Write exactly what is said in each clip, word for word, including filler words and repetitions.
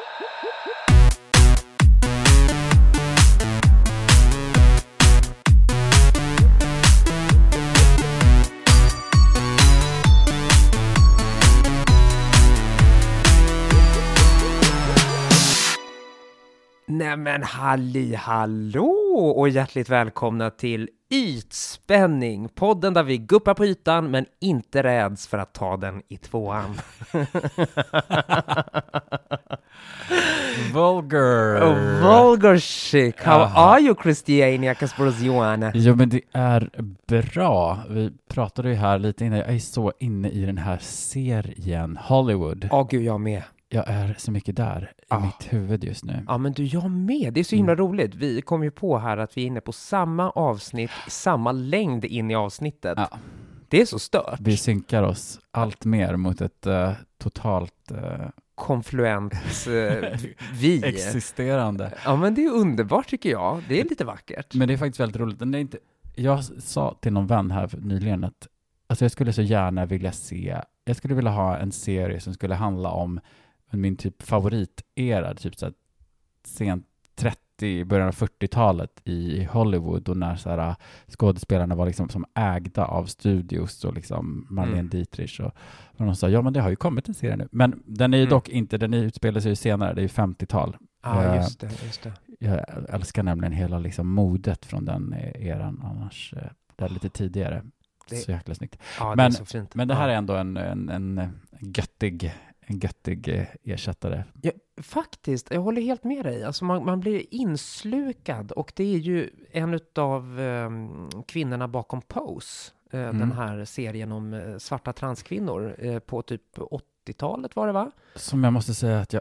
Nämen halli hallå och hjärtligt välkomna till Ytspänning, podden där vi guppar på ytan men inte räds för att ta den i tvåan. Vulgar. Oh, vulgar chic. How Aha. are you, Christiania Kasparziana? Jo, men det är bra. Vi pratade ju här lite innan. Jag är så inne i den här serien Hollywood. Åh oh, gud, jag med. Jag är så mycket där i ah. mitt huvud just nu. Ja, men du, jag med. Det är så himla mm. roligt. Vi kom ju på här att vi är inne på samma avsnitt, samma längd in i avsnittet. Ja. Det är så stört. Vi synkar oss allt mer mot ett uh, totalt... Uh, konfluent uh, vi. Existerande. Ja, men det är underbart tycker jag. Det är lite vackert. Men det är faktiskt väldigt roligt. Det är inte... Jag sa till någon vän här nyligen att alltså jag skulle så gärna vilja se... Jag skulle vilja ha en serie som skulle handla om min typ favoritera, typ så här sent trettio, början av fyrtiotalet i Hollywood och när så här skådespelarna var liksom som ägda av studios och liksom Marlene mm. Dietrich och, och de sa, ja men det har ju kommit en serie nu. Men den är ju mm. dock inte, den utspelar sig ju senare, det är ju femtiotal. Ja, ah, just det, just det. Jag älskar nämligen hela liksom modet från den eran, annars det är lite tidigare. Det, så jäkla snyggt. Ja, men, det är så fint. Men det här ja. är ändå en, en, en göttig en göttig ersättare. Ja, faktiskt, jag håller helt med dig. Alltså man, man blir inslukad och det är ju en av eh, kvinnorna bakom Pose. Eh, mm. Den här serien om eh, svarta transkvinnor eh, på typ åttiotalet var det va? Som jag måste säga att jag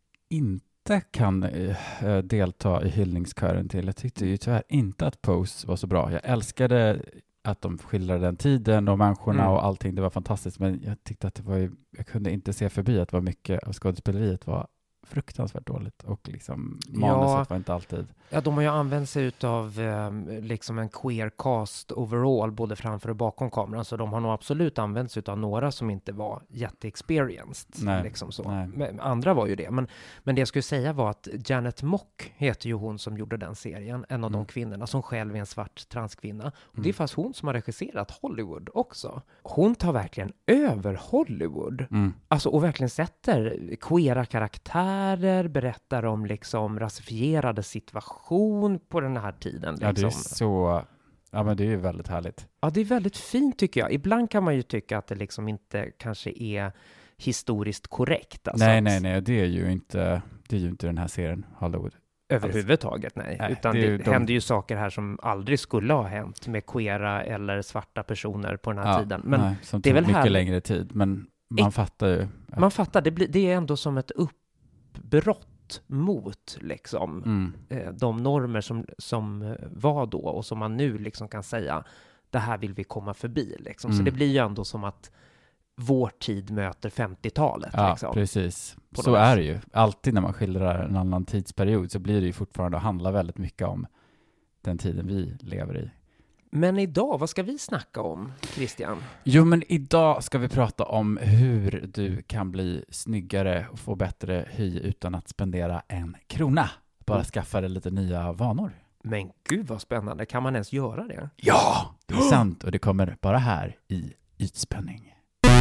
inte kan eh, delta i hyllningskören till. Jag tyckte ju tyvärr inte att Pose var så bra. Jag älskade att de skildrade den tiden och människorna mm. och allting, det var fantastiskt, men jag tyckte att det var ju, jag kunde inte se förbi att det var mycket av skådespeleriet var fruktansvärt dåligt och liksom manuset ja, var inte alltid. Ja, de har ju använt sig utav eh, liksom en queer cast overall både framför och bakom kameran, så de har nog absolut använt sig utav några som inte var jätteexperienced. Nej, liksom så. Nej. Men andra var ju det. Men, men det jag skulle säga var att Janet Mock heter ju hon som gjorde den serien, en av mm. de kvinnorna som själv är en svart transkvinna. Och mm. det är fast hon som har regisserat Hollywood också. Hon tar verkligen över Hollywood. Mm. Alltså, och verkligen sätter queera karaktärer, berättar om liksom rasifierade situation på den här tiden. Liksom. Ja, det är så... Ja, men det är ju väldigt härligt. Ja, det är väldigt fint tycker jag. Ibland kan man ju tycka att det liksom inte kanske är historiskt korrekt. Alltså nej, att... nej, nej. Det är ju inte, det är ju inte den här serien Hollywood. Överhuvudtaget, nej. nej Utan det, det de... händer ju saker här som aldrig skulle ha hänt med queera eller svarta personer på den här ja, tiden. Men nej, som det är väl mycket här... längre tid, men man It... fattar ju. Att... Man fattar, det, blir, det är ändå som ett uppbrott mot liksom mm. eh, de normer som, som var då och som man nu liksom kan säga det här vill vi komma förbi liksom. Mm. Så det blir ju ändå som att vår tid möter femtiotalet. Ja, liksom. Precis. Så är det ju. Alltid när man skildrar en annan tidsperiod så blir det ju fortfarande att handla väldigt mycket om den tiden vi lever i. Men idag, vad ska vi snacka om, Christian? Jo, men idag ska vi prata om hur du kan bli snyggare och få bättre hy utan att spendera en krona. Bara mm. skaffa dig lite nya vanor. Men gud vad spännande. Kan man ens göra det? Ja, det är sant. Och det kommer bara här i Ytspänning.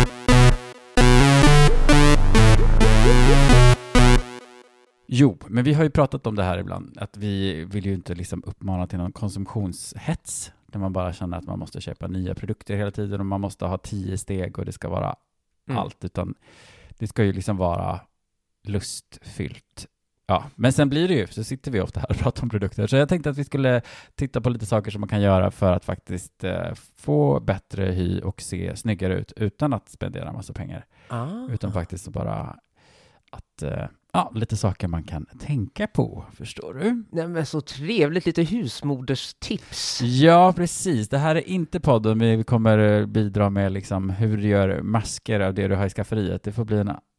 Jo, men vi har ju pratat om det här ibland. Att vi vill ju inte liksom uppmana till någon konsumtionshets. Där man bara känner att man måste köpa nya produkter hela tiden. Och man måste ha tio steg och det ska vara mm. allt. Utan det ska ju liksom vara lustfyllt. Ja, men sen blir det ju, så sitter vi ofta här och pratar om produkter. Så jag tänkte att vi skulle titta på lite saker som man kan göra för att faktiskt eh, få bättre hy och se snyggare ut utan att spendera en massa pengar. Ah. Utan faktiskt bara att, eh, ja, lite saker man kan tänka på, förstår du? Nej, men så trevligt, lite husmoderstips. Ja, precis. Det här är inte podden, men vi kommer bidra med liksom hur du gör masker av det du har i skafferiet. Det får bli en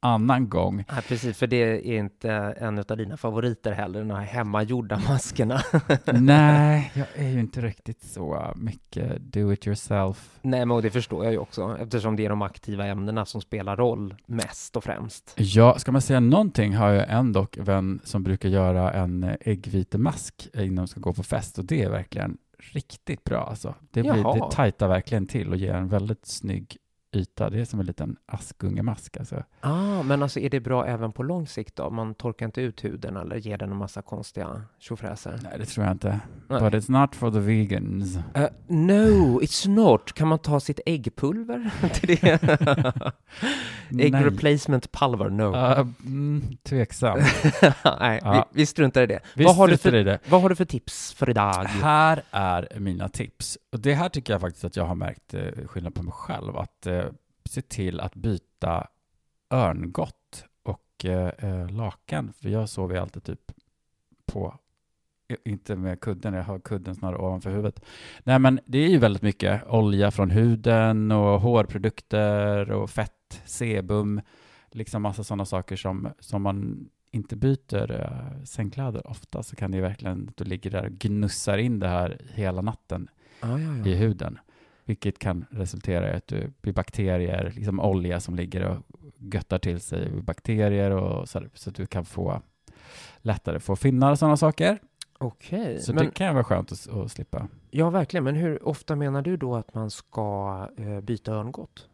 annan gång. Ja, precis, för det är inte en av dina favoriter heller, de här hemmagjorda maskerna. Nej, jag är ju inte riktigt så mycket do it yourself. Nej, men det förstår jag ju också, eftersom det är de aktiva ämnena som spelar roll mest och främst. Ja, ska man säga någonting har jag en dock vän som brukar göra en äggvitemask innan de ska gå på fest, och det är verkligen riktigt bra. Alltså. Det, blir, det tajtar verkligen till och ger en väldigt snygg yta. Det är som en liten askungemask. Alltså. Ah, men alltså är det bra även på lång sikt då? Man torkar inte ut huden eller ger den en massa konstiga tjofräser? Nej, det tror jag inte. Nej. But it's not for the vegans. Uh, no, it's not. Kan man ta sitt äggpulver till det? Ägg replacement pulver, no. Uh, mm, tveksam. Nej, ja. vi, vi struntar i det. Vi vad, har du för, i det. vad har du för tips för idag? Här är mina tips. Och det här tycker jag faktiskt att jag har märkt eh, skillnad på mig själv. Att eh, se till att byta örngott och eh, lakan. För jag sover alltid typ på, inte med kudden, jag har kudden snarare ovanför huvudet. Nej, men det är ju väldigt mycket olja från huden och hårprodukter och fett, sebum, liksom massa sådana saker som, som man inte byter uh, sängkläder ofta, så kan det verkligen, du ligger där och gnussar in det här hela natten ah, ja, ja. i huden. Vilket kan resultera i att du blir bakterier, liksom olja som ligger och göttar till sig bakterier och så, så att du kan få lättare få finnar och sådana saker. Okej. Så men, det kan vara skönt att, att slippa. Ja, verkligen. Men hur ofta menar du då att man ska uh, byta örngott?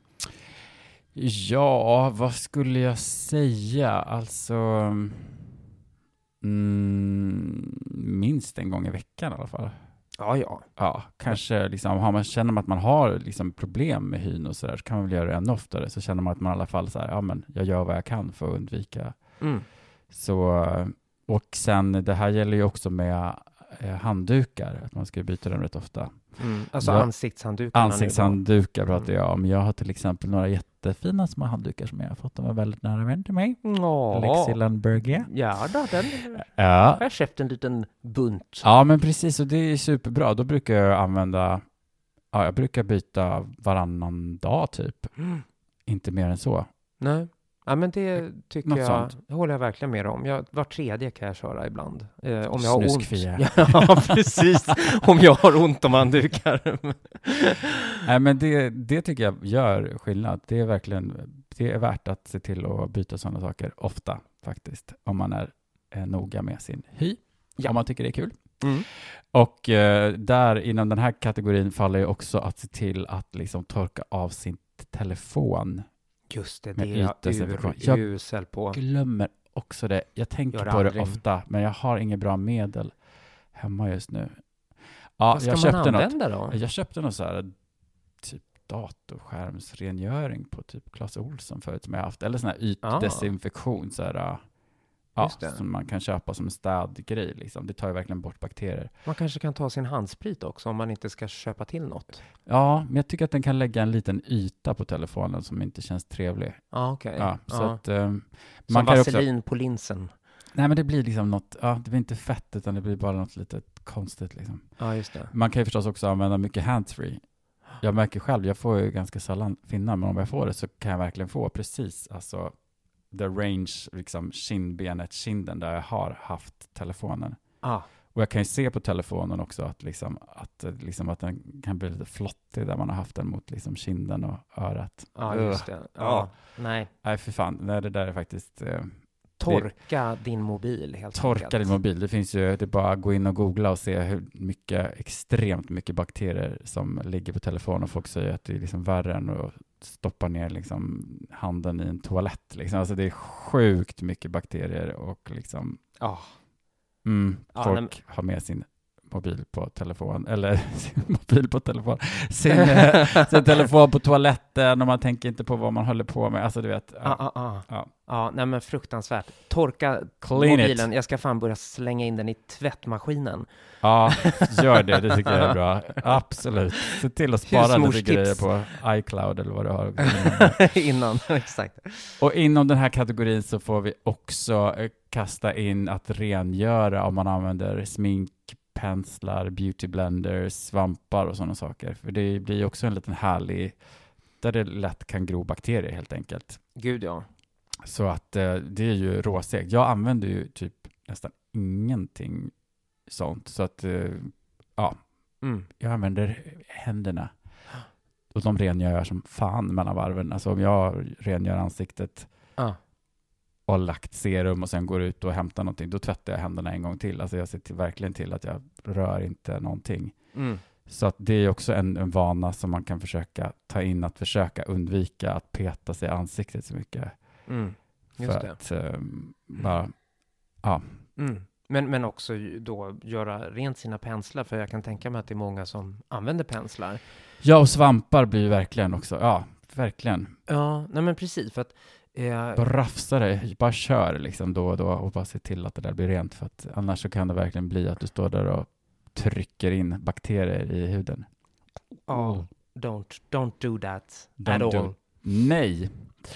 Ja, vad skulle jag säga? Alltså mm, minst en gång i veckan i alla fall. Ja, ja. Ja, kanske liksom, har man, känner man att man har liksom problem med hyn och sådär, så kan man väl göra det ännu oftare. Så känner man att man i alla fall så här, ja men jag gör vad jag kan för att undvika. Mm. Så, och sen, det här gäller ju också med eh, handdukar, att man ska byta dem rätt ofta. Mm. Alltså jag, ansiktshanddukar. Ansiktshanddukar pratar jag om. Jag har till exempel några jättefina små handdukar som jag har fått. De var väldigt nära vän till mig. Åh. Lexi Lundberg. Ja, då, den ja. Jag har köpt en liten bunt. Ja, men precis. Och det är superbra. Då brukar jag använda, ja, jag brukar byta varannan dag typ. Mm. Inte mer än så. Nej. Ja, men det tycker Något jag, sånt. det håller jag verkligen med om. Jag, var tredje kan jag köra ibland. Eh, om jag har ont. Snuskfia. Ja, precis. Om jag har ont om handdukar. Nej, men det, det tycker jag gör skillnad. Det är verkligen, det är värt att se till att byta sådana saker ofta faktiskt. Om man är eh, noga med sin hy. Ja. Om man tycker det är kul. Mm. Och eh, där inom den här kategorin faller ju också att se till att liksom torka av sin telefon. Just det, det är jag jag usel på. glömmer också det. Jag tänker på det ofta, men jag har inget bra medel hemma just nu. Ja, Vad ska jag man köpte använda något, då? Jag köpte något så här typ datorskärmsrengöring på typ Clas Ohlson förut som jag haft. Eller sån här ytdesinfektion. Ah. Så här, ja, som man kan köpa som en städgrej. Liksom. Det tar ju verkligen bort bakterier. Man kanske kan ta sin handsprit också om man inte ska köpa till något. Ja, men jag tycker att den kan lägga en liten yta på telefonen som inte känns trevlig. Ah, okay. Ja, så ah. att um, som man kan vaselin också, på linsen. Nej, men det blir liksom något, ja, det blir inte fett utan det blir bara något lite konstigt liksom. Ja, just det. Man kan ju förstås också använda mycket handsfree. Jag märker själv, jag får ju ganska sällan finnar, men om jag får det så kan jag verkligen få precis, alltså the range, liksom kindbenet, kinden där jag har haft telefonen. Ah. Och jag kan ju se på telefonen också att, liksom, att, liksom, att den kan bli lite flottig där man har haft den mot liksom, kinden och örat. Ja, just det. Ja. ja. Nej. Nej, för fan. Nej, det där är faktiskt... Eh, torka det, din mobil helt Torka enkelt. din mobil. Det finns ju, det är bara att gå in och googla och se hur mycket, extremt mycket bakterier som ligger på telefonen. Och folk säger att det är liksom värre än att stoppa ner liksom handen i en toalett. Liksom. Alltså det är sjukt mycket bakterier och liksom... Oh. Mm, ja, folk men... har med sin mobil på telefon, eller sin mobil på telefon, sin, sin telefon på toaletten och man tänker inte på vad man håller på med. Alltså du vet. Ja, ja, ja. ja. ja nej men fruktansvärt. Torka Clean mobilen. It. Jag ska fan börja slänga in den i tvättmaskinen. Ja, gör det. Det tycker jag är bra. Absolut. Se till att spara lite grejer på iCloud eller vad du har. Innan, exakt. Och inom den här kategorin så får vi också kasta in att rengöra om man använder smink, penslar, beauty blenders, svampar och sådana saker. För det blir också en liten härlig, där det lätt kan gro bakterier helt enkelt. Gud ja. Så att eh, det är ju råsegt. Jag använder ju typ nästan ingenting sånt. Så att, eh, ja, mm. jag använder händerna. Och de rengör jag som fan mellan varven. Alltså om jag rengör ansiktet ah. och har lagt serum och sen går ut och hämtar någonting, då tvättar jag händerna en gång till. Alltså jag ser till, verkligen till att jag rör inte någonting. Mm. Så att det är också en, en vana som man kan försöka ta in, att försöka undvika att peta sig i ansiktet så mycket. Mm. Just för det. Att um, bara, ja. Mm. Men, men också då göra rent sina penslar, för jag kan tänka mig att det är många som använder penslar. Ja, och svampar blir ju verkligen också, ja, verkligen. Ja, nej men precis, för att eh... bara rafsa dig, bara kör liksom då och då och bara se till att det där blir rent, för att annars så kan det verkligen bli att du står där och trycker in bakterier i huden. Ja, oh, don't, don't do that don't at all. Do. Nej.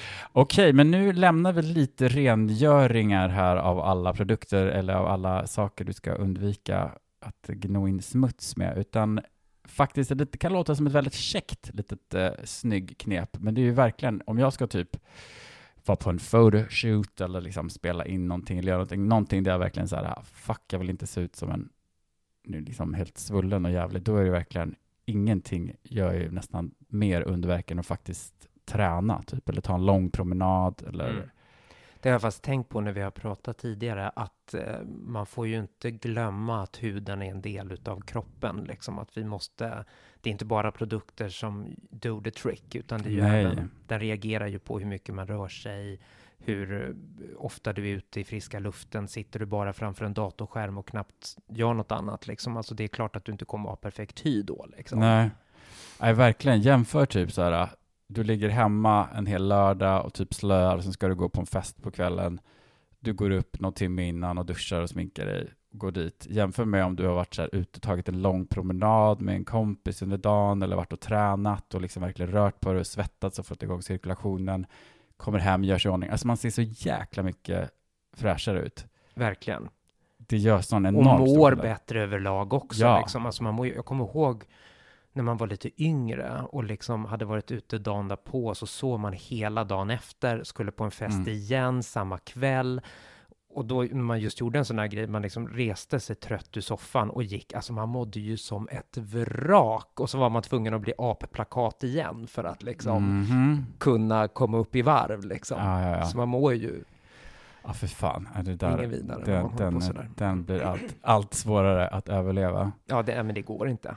Okej, men nu lämnar vi lite rengöringar här av alla produkter eller av alla saker du ska undvika att gno in smuts med, utan faktiskt det kan låta som ett väldigt käckt litet eh, snygg knep, men det är ju verkligen, om jag ska typ vara på en photoshoot eller liksom spela in någonting eller göra någonting, någonting där jag verkligen så här, fuck, jag vill inte se ut som en nu liksom helt svullen och jävlig, då är det verkligen ingenting gör ju nästan mer underverk än att faktiskt träna typ, eller ta en lång promenad eller... Mm. Det har jag fast tänkt på när vi har pratat tidigare, att eh, man får ju inte glömma att huden är en del utav kroppen, liksom att vi måste, det är inte bara produkter som do the trick, utan det är ju även, den reagerar ju på hur mycket man rör sig, hur ofta du är ute i friska luften, sitter du bara framför en datorskärm och knappt gör något annat liksom, alltså det är klart att du inte kommer att ha perfekt hy då liksom. Nej, Nej verkligen, jämför typ så här, du ligger hemma en hel lördag och typ slöar, och sen ska du gå på en fest på kvällen. Du går upp någon timme innan och duschar och sminkar dig och går dit. Jämför med om du har varit så här ute och tagit en lång promenad med en kompis under dagen, eller varit och tränat och liksom verkligen rört på dig och svettats och fått igång cirkulationen. Kommer hem, gör sig i ordning. Alltså man ser så jäkla mycket fräschare ut. Verkligen. Det gör sån enormt. Och mår bättre överlag också. Ja. Liksom. Alltså man må, jag kommer ihåg när man var lite yngre och liksom hade varit ute dagen därpå, så såg man hela dagen efter, skulle på en fest mm. igen samma kväll, och då när man just gjorde en sån här grej, man liksom reste sig trött ur soffan och gick, alltså man mådde ju som ett vrak, och så var man tvungen att bli applakat igen för att liksom mm-hmm. kunna komma upp i varv liksom. Ja, ja, ja. Så man mår ju ja för fan, är det där, ingen vidare den, den, den, den blir allt, allt svårare att överleva. Ja, det, men det går inte.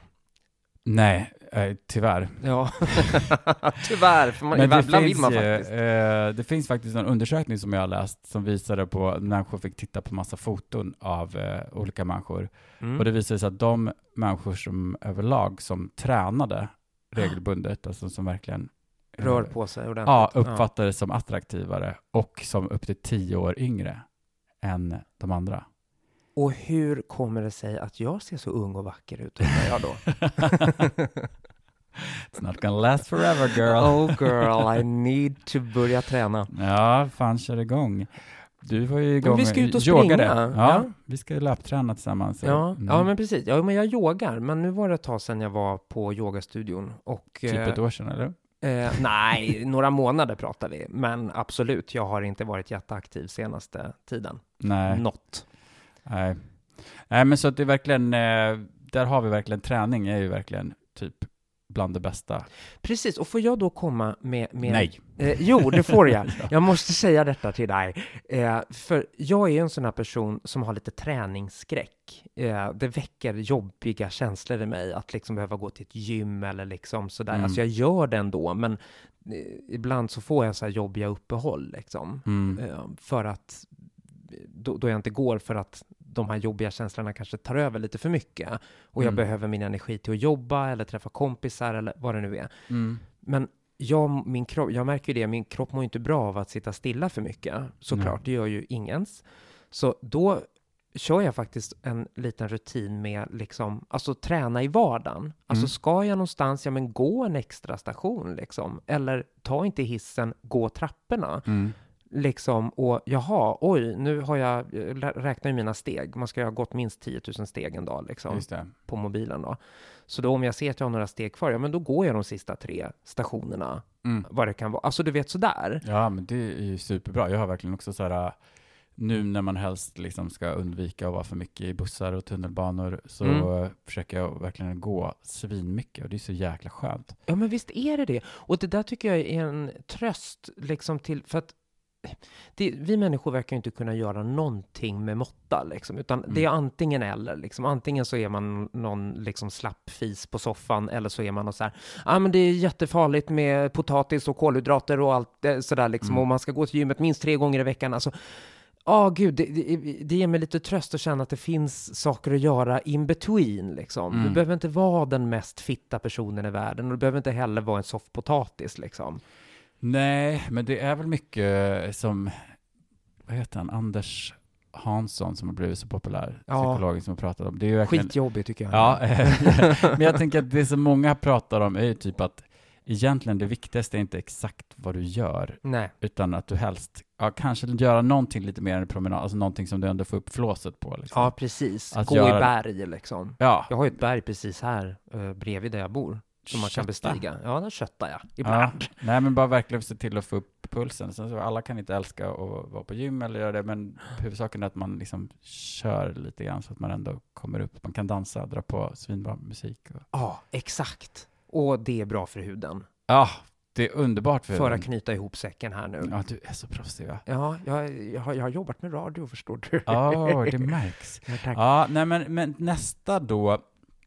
Nej, eh, tyvärr. Ja, tyvärr. För man, men det finns, vill man faktiskt. Eh, det finns faktiskt en undersökning som jag har läst som visade på att människor fick titta på massa foton av eh, olika människor. Mm. Och det visade sig att de människor som överlag som tränade regelbundet, alltså som verkligen eh, rör på sig ordentligt. Ja, uppfattades ja. som attraktivare och som upp till tio år yngre än de andra. Och hur kommer det sig att jag ser så ung och vacker ut? Jag då? It's not gonna last forever, girl. Oh girl, I need to börja träna. Ja, fan, kör igång. Du var ju igång. Men vi ska ut och springa. Ja, ja, vi ska löpträna tillsammans. Ja, mm. ja, men precis. Ja, men jag yogar. Men nu var det ett tag sedan jag var på yogastudion. Och, typ ett år sedan, eller? Eh, nej, några månader pratar vi. Men absolut, jag har inte varit jätteaktiv senaste tiden. Nej. Något. Nej. Nej, men så att det är verkligen, eh, där har vi verkligen, träning är ju verkligen typ bland det bästa. Precis, och får jag då komma med... med Nej. Eh, jo, det får jag. Jag måste säga detta till dig. Eh, för jag är en sån här person som har lite träningsskräck. Eh, det väcker jobbiga känslor i mig att liksom behöva gå till ett gym eller liksom sådär. Mm. Alltså jag gör det ändå, men eh, ibland så får jag så här jobbiga uppehåll liksom. Mm. Eh, för att då, då jag inte går, för att de här jobbiga känslorna kanske tar över lite för mycket. Och jag mm. behöver min energi till att jobba eller träffa kompisar eller vad det nu är. Mm. Men jag, min kropp, jag märker ju det, min kropp mår inte bra av att sitta stilla för mycket. Såklart, mm. det gör ju ingens. Så då kör jag faktiskt en liten rutin med liksom, alltså träna i vardagen. Alltså mm. ska jag någonstans, ja men gå en extra station liksom. Eller ta inte hissen, gå trapporna. Mm. Liksom, och jaha, oj, nu har jag, räknar ju mina steg. Man ska ha gått minst tio tusen steg en dag liksom, på mobilen då. Så då om jag ser att jag har några steg kvar, ja men då går jag de sista tre stationerna mm. vad det kan vara. Alltså du vet sådär. Ja, men det är ju superbra. Jag har verkligen också så här, nu när man helst liksom ska undvika att vara för mycket i bussar och tunnelbanor så mm. försöker jag verkligen gå svinmycket och det är så jäkla skönt. Ja, men visst är det det. Och det där tycker jag är en tröst liksom till, för att det, vi människor verkar inte kunna göra någonting med måtta liksom, utan mm. det är antingen eller liksom. Antingen så är man någon liksom slappfis på soffan eller så är man och så här, ja ah, men det är jättefarligt med potatis och kolhydrater och allt det, sådär liksom, mm. och man ska gå till gymmet minst tre gånger i veckan. Alltså, ja oh, gud, det, det, det ger mig lite tröst att känna att det finns saker att göra in between liksom. Mm. Du behöver inte vara den mest fitta personen i världen och du behöver inte heller vara en soffpotatis liksom. Nej, men det är väl mycket som, vad heter han, Anders Hansson som har blivit så populär, ja. Psykologen som har pratat om. Det är ju verkligen skitjobbigt tycker jag. Ja, men jag tänker att det som många pratar om är ju typ att egentligen det viktigaste är inte exakt vad du gör. Nej. Utan att du helst ja, kanske göra någonting lite mer än en promenad, alltså någonting som du ändå får upp flåset på. Liksom. Ja, precis. Att gå göra... i berg liksom. Ja. Jag har ju ett berg precis här uh, bredvid där jag bor. Som man kan bestiga. Ja, där köttar jag. Ibland. Ja. Nej, men bara verkligen se till att få upp pulsen. Sen så alla kan inte älska att vara på gym eller göra det, men huvudsaken är att man liksom kör lite grann så att man ändå kommer upp. Man kan dansa, dra på svinbra musik. Och... Ja, exakt. Och det är bra för huden. Ja, det är underbart för, för att knyta ihop säcken här nu. Ja, du är så proffsig, va? Ja, jag, jag, har, jag har jobbat med radio, förstår du. Ja, oh, det märks. Ja, tack. Ja, nej, men, men nästa då,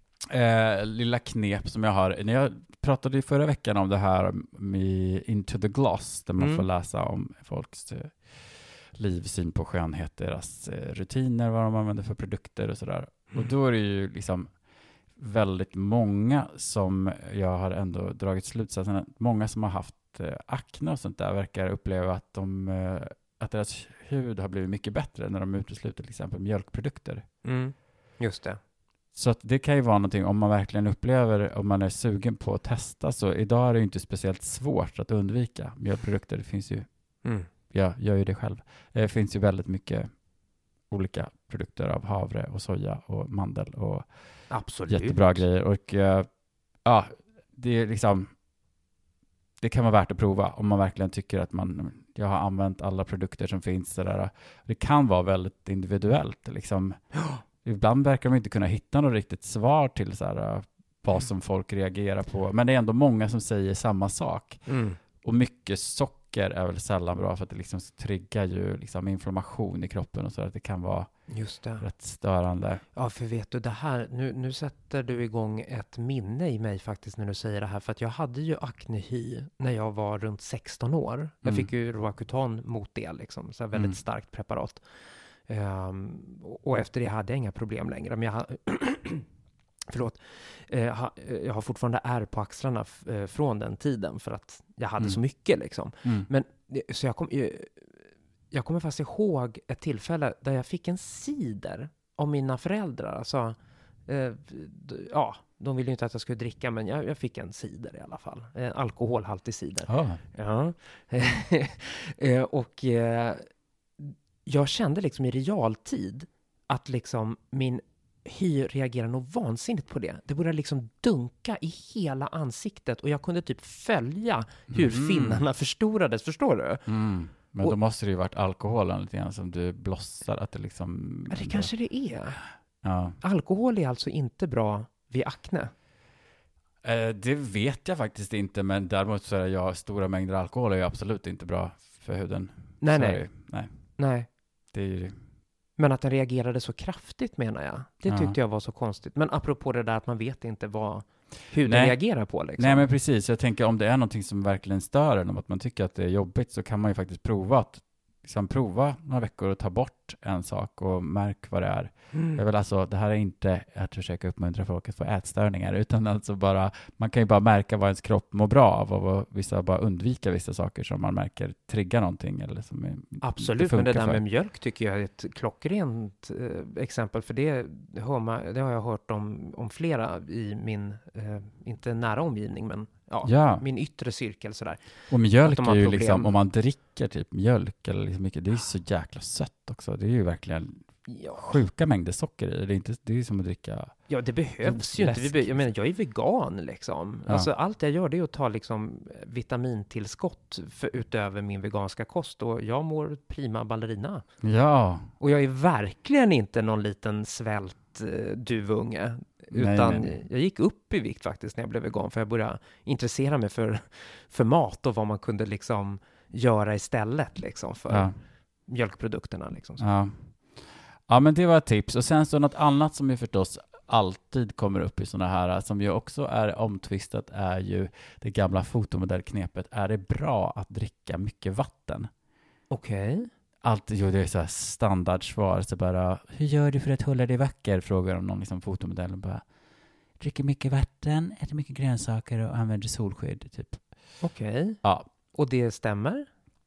eh, lilla knep som jag har. När jag pratade i förra veckan om det här med Into the Gloss, där man mm. får läsa om folks eh, livssyn på skönhet, deras eh, rutiner, vad de använder för produkter och sådär. Mm. Och då är det ju liksom väldigt många som jag har ändå dragit slutsatsen att många som har haft eh, akne och sånt där verkar uppleva att, de, eh, att deras hud har blivit mycket bättre när de utesluter till exempel mjölkprodukter. Mm. Just det. Så att det kan ju vara någonting om man verkligen upplever, om man är sugen på att testa, så idag är det ju inte speciellt svårt att undvika mjölkprodukter. Det finns ju, mm. jag gör ju det själv, det finns ju väldigt mycket olika produkter av havre och soja och mandel och absolut. Jättebra grejer. Och uh, ja, det är liksom, det kan vara värt att prova om man verkligen tycker att man, jag har använt alla produkter som finns. Så där. Det kan vara väldigt individuellt. Liksom. Ibland verkar man inte kunna hitta något riktigt svar till så här, vad som folk reagerar på. Men det är ändå många som säger samma sak. Mm. Och mycket socker är väl sällan bra för att det liksom triggar ju liksom inflammation i kroppen och så att det kan vara just det. Rätt störande. Ja, för vet du det här, nu, nu sätter du igång ett minne i mig faktiskt när du säger det här, för att jag hade ju aknehy när jag var runt sexton år. Jag mm. fick ju Roacutan mot det liksom, så här väldigt mm. starkt preparat. Um, och efter det hade jag inga problem längre. Men jag ha, förlåt, uh, ha, jag har fortfarande ärr på axlarna f- uh, från den tiden för att jag hade mm. så mycket liksom. Mm. Men så jag kom uh, jag kommer fast ihåg ett tillfälle där jag fick en cider av mina föräldrar. Alltså, uh, d- ja, de ville ju inte att jag skulle dricka, men jag, jag fick en cider i alla fall. En alkoholhaltig cider. Oh. Ja. uh, och uh, jag kände liksom i realtid att liksom min hy reagerade nog vansinnigt på det. Det började liksom dunka i hela ansiktet och jag kunde typ följa hur mm. finnarna förstorades, förstår du? Mm. Men och, då måste det ju varit alkoholen lite grann som du blossar, att det liksom... Det då... kanske det är. Ja. Alkohol är alltså inte bra vid akne? Eh, det vet jag faktiskt inte, men däremot så är jag stora mängder alkohol är ju absolut inte bra för huden. Nej, så nej. nej. Nej. Det är ju... Men att den reagerade så kraftigt, menar jag. Det tyckte ja. jag var så konstigt. Men apropå det där att man vet inte vad, hur Nej. den reagerar på. Liksom. Nej, men precis. Jag tänker om det är någonting som verkligen stör en, om att man tycker att det är jobbigt, så kan man ju faktiskt prova att liksom prova några veckor och ta bort en sak och märk vad det är. Mm. Jag vill alltså, det här är inte att försöka uppmuntra folk att få ätstörningar, utan alltså bara, man kan ju bara märka vad ens kropp mår bra av och vissa bara undvika vissa saker som man märker triggar någonting. Eller som är, absolut, men det där för. med mjölk tycker jag är ett klockrent eh, exempel, för det, hör man, det har jag hört om, om flera i min, eh, inte nära omgivning, men Ja, ja, min yttre cirkel sådär. Och mjölk är ju problem. liksom, om man dricker typ mjölk eller liksom mycket, det är ju så jäkla sött också. Det är ju verkligen ja. sjuka mängder socker i. Det är, inte, det är som att dricka... Ja, det behövs ju inte. Vi be- jag menar, jag är vegan liksom. Ja. Alltså, allt jag gör det är att ta liksom vitamintillskott för, utöver min veganska kost. Och jag mår prima ballerina. Ja. Och jag är verkligen inte någon liten svält eh, duvunge. Utan nej, nej. Jag gick upp i vikt faktiskt när jag blev vegan. För jag började intressera mig för, för mat och vad man kunde liksom göra istället liksom för ja. mjölkprodukterna. Liksom, så. Ja. Ja, men det var ett tips. Och sen så något annat som ju förstås alltid kommer upp i sådana här, som ju också är omtvistat, är ju det gamla fotomodellknepet. Är det bra att dricka mycket vatten? Okej. Okay. Allt, jo, det är så här standardsvar. Så bara, hur gör du för att hålla dig vacker? Frågar om någon liksom fotomodell. Och bara, dricker mycket vatten, äter mycket grönsaker och använder solskydd, typ. Okej. Okay. Ja. Och det stämmer?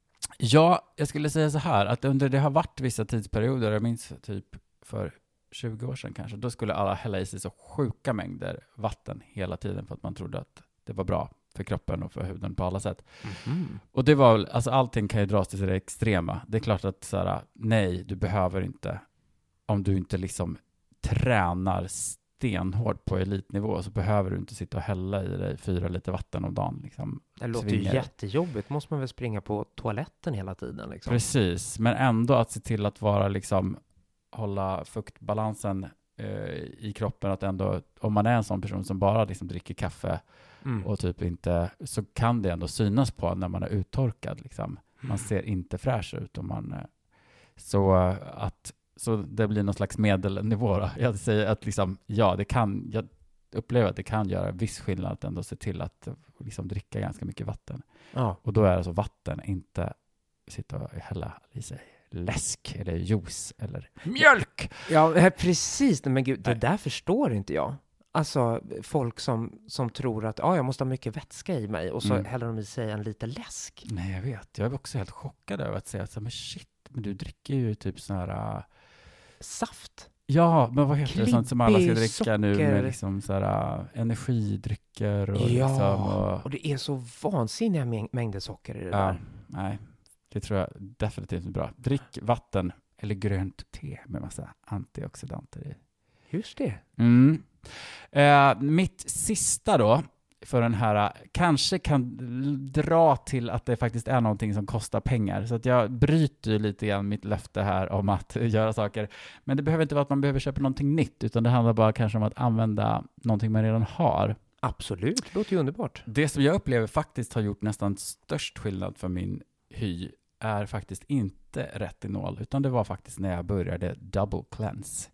Ja, jag skulle säga så här, att under det har varit vissa tidsperioder, jag minns typ för tjugo år sedan kanske, då skulle alla hälla i sig så sjuka mängder vatten hela tiden för att man trodde att det var bra för kroppen och för huden på alla sätt. Mm-hmm. Och det var, alltså allting kan ju dras till det extrema. Det är klart att så här, nej, du behöver inte, om du inte liksom tränar stenhårt på elitnivå, så behöver du inte sitta och hälla i dig fyra liter vatten om dagen. Liksom, det låter svingar. Ju jättejobbigt. Måste man väl springa på toaletten hela tiden? Liksom. Precis, men ändå att se till att vara liksom, hålla fuktbalansen eh, i kroppen, att ändå, om man är en sån person som bara liksom dricker kaffe mm. och typ inte, så kan det ändå synas på när man är uttorkad. Liksom. Man ser inte fräsch ut. Om man, så att Så det blir någon slags medelnivå då. Jag säger att liksom, ja, det kan, jag upplever att det kan göra viss skillnad att ändå se till att liksom dricka ganska mycket vatten. Ja. Och då är det alltså vatten, inte sitta och hälla i sig läsk eller juice eller mjölk. Ja, precis. Men gud, det där förstår inte jag. Alltså folk som, som tror att ah, jag måste ha mycket vätska i mig och så mm. häller de i sig en liten läsk. Nej, jag vet. Jag är också helt chockad över att säga att men shit, men du dricker ju typ sån här... Uh, saft. Ja, men vad heter Klibbig, det? Sånt som alla ska dricka socker. Nu med liksom så här, uh, energidrycker. Och, ja, liksom, och... och det är så vansinniga mäng- mängder socker i det ja, där. Nej, det tror jag definitivt är bra. Drick vatten eller grönt te med massa antioxidanter i. Just det. Mm. Uh, mitt sista då, för den här, kanske kan dra till att det faktiskt är någonting som kostar pengar. Så att jag bryter lite grann mitt löfte här om att göra saker. Men det behöver inte vara att man behöver köpa någonting nytt, utan det handlar bara kanske om att använda någonting man redan har. Absolut, det låter ju underbart. Det som jag upplever faktiskt har gjort nästan störst skillnad för min hy är faktiskt inte retinol, utan det var faktiskt när jag började double cleanse.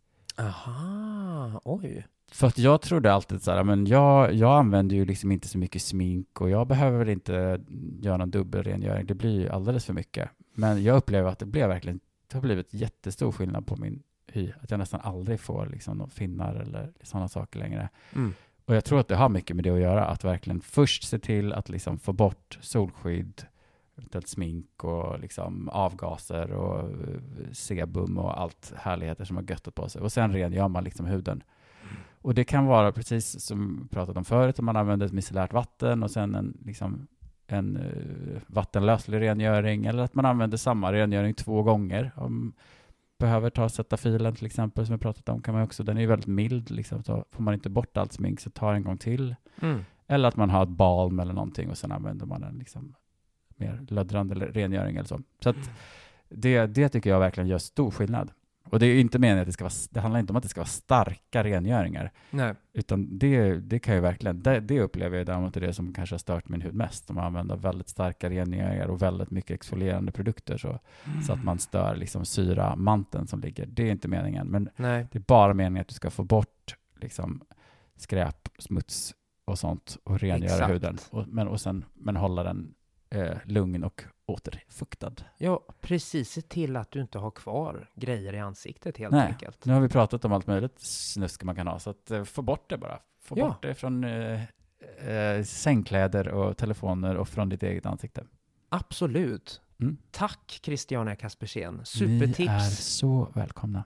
Aha, oj. För att jag trodde alltid så här, men jag, jag använder ju liksom inte så mycket smink och jag behöver väl inte göra någon dubbelrengöring. Det blir ju alldeles för mycket. Men jag upplever att det blev verkligen, det har blivit jättestor skillnad på min hy. Att jag nästan aldrig får liksom någon finnar eller sådana saker längre. Mm. Och jag tror att det har mycket med det att göra. Att verkligen först se till att liksom få bort solskydd, eventuellt smink och liksom avgaser och sebum och allt härligheter som har göttat på sig. Och sen rengör man liksom huden. Och det kan vara precis som vi pratat om förut, om man använder ett micellärt vatten och sen en, liksom, en uh, vattenlöslig rengöring, eller att man använder samma rengöring två gånger. Om behöver ta Cetaphil till exempel, som vi pratat om, kan man också, den är ju väldigt mild, liksom, så får man inte bort allt smink så ta en gång till. Mm. Eller att man har ett balm eller någonting och sen använder man en liksom, mer löddrande rengöring eller så. Så att det, det tycker jag verkligen gör stor skillnad. Och det är inte meningen att det ska vara, det handlar inte om att det ska vara starka rengöringar. Nej. Utan det, det kan ju verkligen, det, det upplever jag däremot är det som kanske har stört min hud mest. Om man använder väldigt starka rengöringar och väldigt mycket exfolierande produkter så, mm. så att man stör liksom syramanteln som ligger. Det är inte meningen. Men Nej. Det är bara meningen att du ska få bort liksom skräp, smuts och sånt och rengöra Exakt. huden. Och, men, och sen, men hålla den eh, lugn och återfuktad. Ja, precis. Se till att du inte har kvar grejer i ansiktet helt Nej, enkelt. Nu har vi pratat om allt möjligt snusk man kan ha, så att, eh, få bort det bara. Få ja. bort det från eh, eh, sängkläder och telefoner och från ditt eget ansikte. Absolut. Mm. Tack Christiania Kaspersen. Supertips. Ni är så välkomna.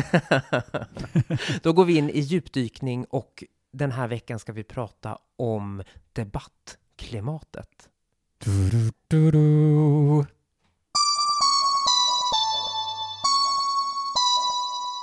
Då går vi in i djupdykning och den här veckan ska vi prata om debattklimatet. Du, du, du, du.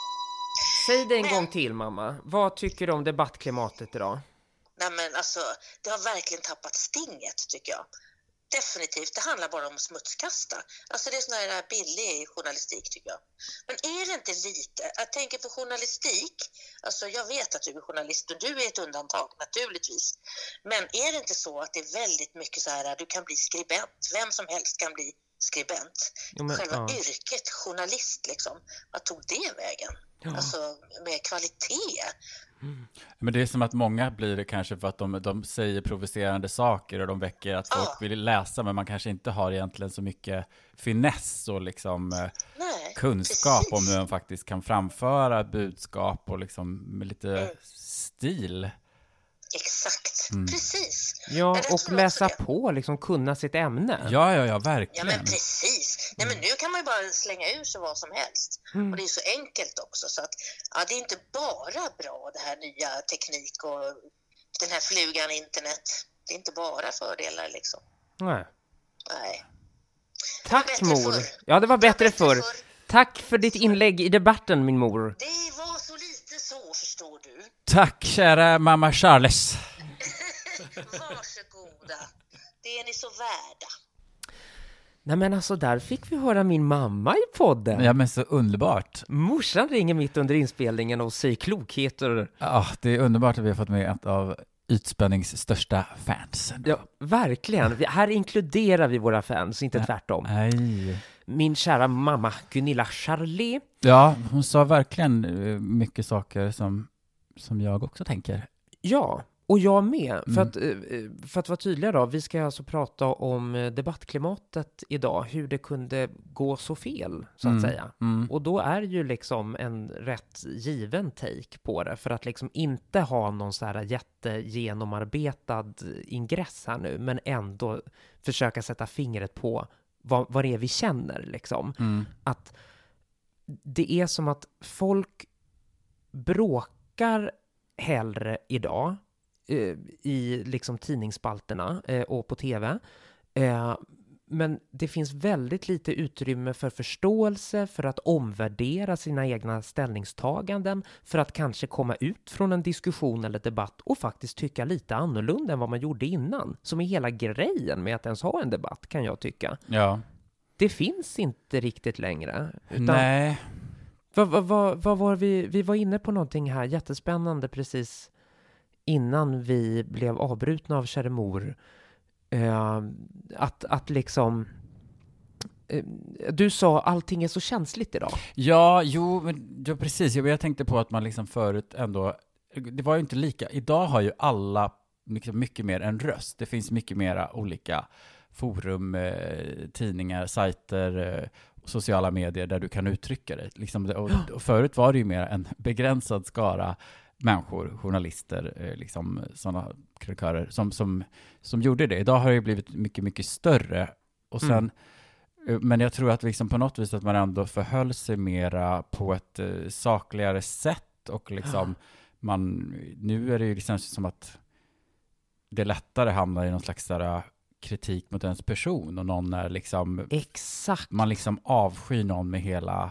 Säg det en men, gång till, mamma. Vad tycker du om debattklimatet idag? Nej men alltså, det har verkligen tappat stinget tycker jag. Definitivt, det handlar bara om att smutskasta. Alltså det är sån här billig journalistik tycker jag. Men är det inte lite, jag tänker på journalistik, alltså jag vet att du är journalist och du är ett undantag naturligtvis. Men är det inte så att det är väldigt mycket så här, du kan bli skribent, vem som helst kan bli skribent. Jo, men, Själva ja. yrket, journalist liksom, vad tog det vägen? Ja. Alltså med kvalitet. Mm. Men det är som att många blir det kanske för att de, de säger provocerande saker och de väcker att folk ja. vill läsa, men man kanske inte har egentligen så mycket finess och liksom Nej, kunskap precis. om hur man faktiskt kan framföra budskap och liksom med lite mm. stil. Exakt, mm. precis. Ja, och läsa på, liksom kunna sitt ämne. Ja, ja, ja, verkligen. Ja, men precis. Nej, men nu kan man ju bara slänga ur sig vad som helst. Mm. Och det är så enkelt också. Så att, ja, det är inte bara bra det här nya teknik och den här flugan internet. Det är inte bara fördelar liksom. Nej. Nej. Tack, mor. Förr. Ja, det var bättre, bättre förr. förr. Tack för ditt inlägg i debatten, min mor. Det var så lite så, förstår du. Tack, kära mamma Charles. Varsågoda. Det är ni så värda. Nej men alltså, där fick vi höra min mamma i podden. Ja men så underbart. Morsan ringer mitt under inspelningen och säger klokheter. Ja, det är underbart att vi har fått med ett av Ytspännings största fans. Ja, verkligen. Vi, här inkluderar vi våra fans, inte tvärtom. Nej. Min kära mamma Gunilla Charlie. Ja, hon sa verkligen mycket saker som, som jag också tänker. Ja, och jag med. Mm. För, att, för att vara tydliga då, vi ska alltså prata om debattklimatet idag. Hur det kunde gå så fel, så att mm. säga. Mm. Och då är ju liksom en rätt given take på det. För att liksom inte ha någon så här jättegenomarbetad ingress här nu. Men ändå försöka sätta fingret på vad, vad det är vi känner liksom. Mm. Att det är som att folk bråkar hellre idag i liksom tidningsspalterna eh, och på tv. Eh, men det finns väldigt lite utrymme för förståelse, för att omvärdera sina egna ställningstaganden, för att kanske komma ut från en diskussion eller debatt och faktiskt tycka lite annorlunda än vad man gjorde innan. Som är hela grejen med att ens ha en debatt, kan jag tycka. Ja. Det finns inte riktigt längre. Utan Nej. Vad, vad, vad, vad var vi? Vi var inne på någonting här jättespännande precis innan vi blev avbrutna av kära mor. Eh, att, att liksom... Eh, du sa allting är så känsligt idag. Ja, jo, men, ja, precis. Jag, jag tänkte på att man liksom förut ändå... Det var ju inte lika... Idag har ju alla mycket, mycket mer en röst. Det finns mycket mera olika forum, eh, tidningar, sajter, eh, sociala medier där du kan uttrycka dig. Liksom, och, och förut var det ju mer en begränsad skara människor, journalister, liksom sådana krönikörer som, som, som gjorde det. Idag har det blivit mycket, mycket större. Och sen, mm. Men jag tror att liksom på något vis att man ändå förhöll sig mera på ett uh, sakligare sätt. Och liksom ja. man, nu är det ju liksom som att det lättare hamnar i någon slags där, kritik mot ens person. Och någon är liksom... Exakt. Man liksom avskyr någon med hela...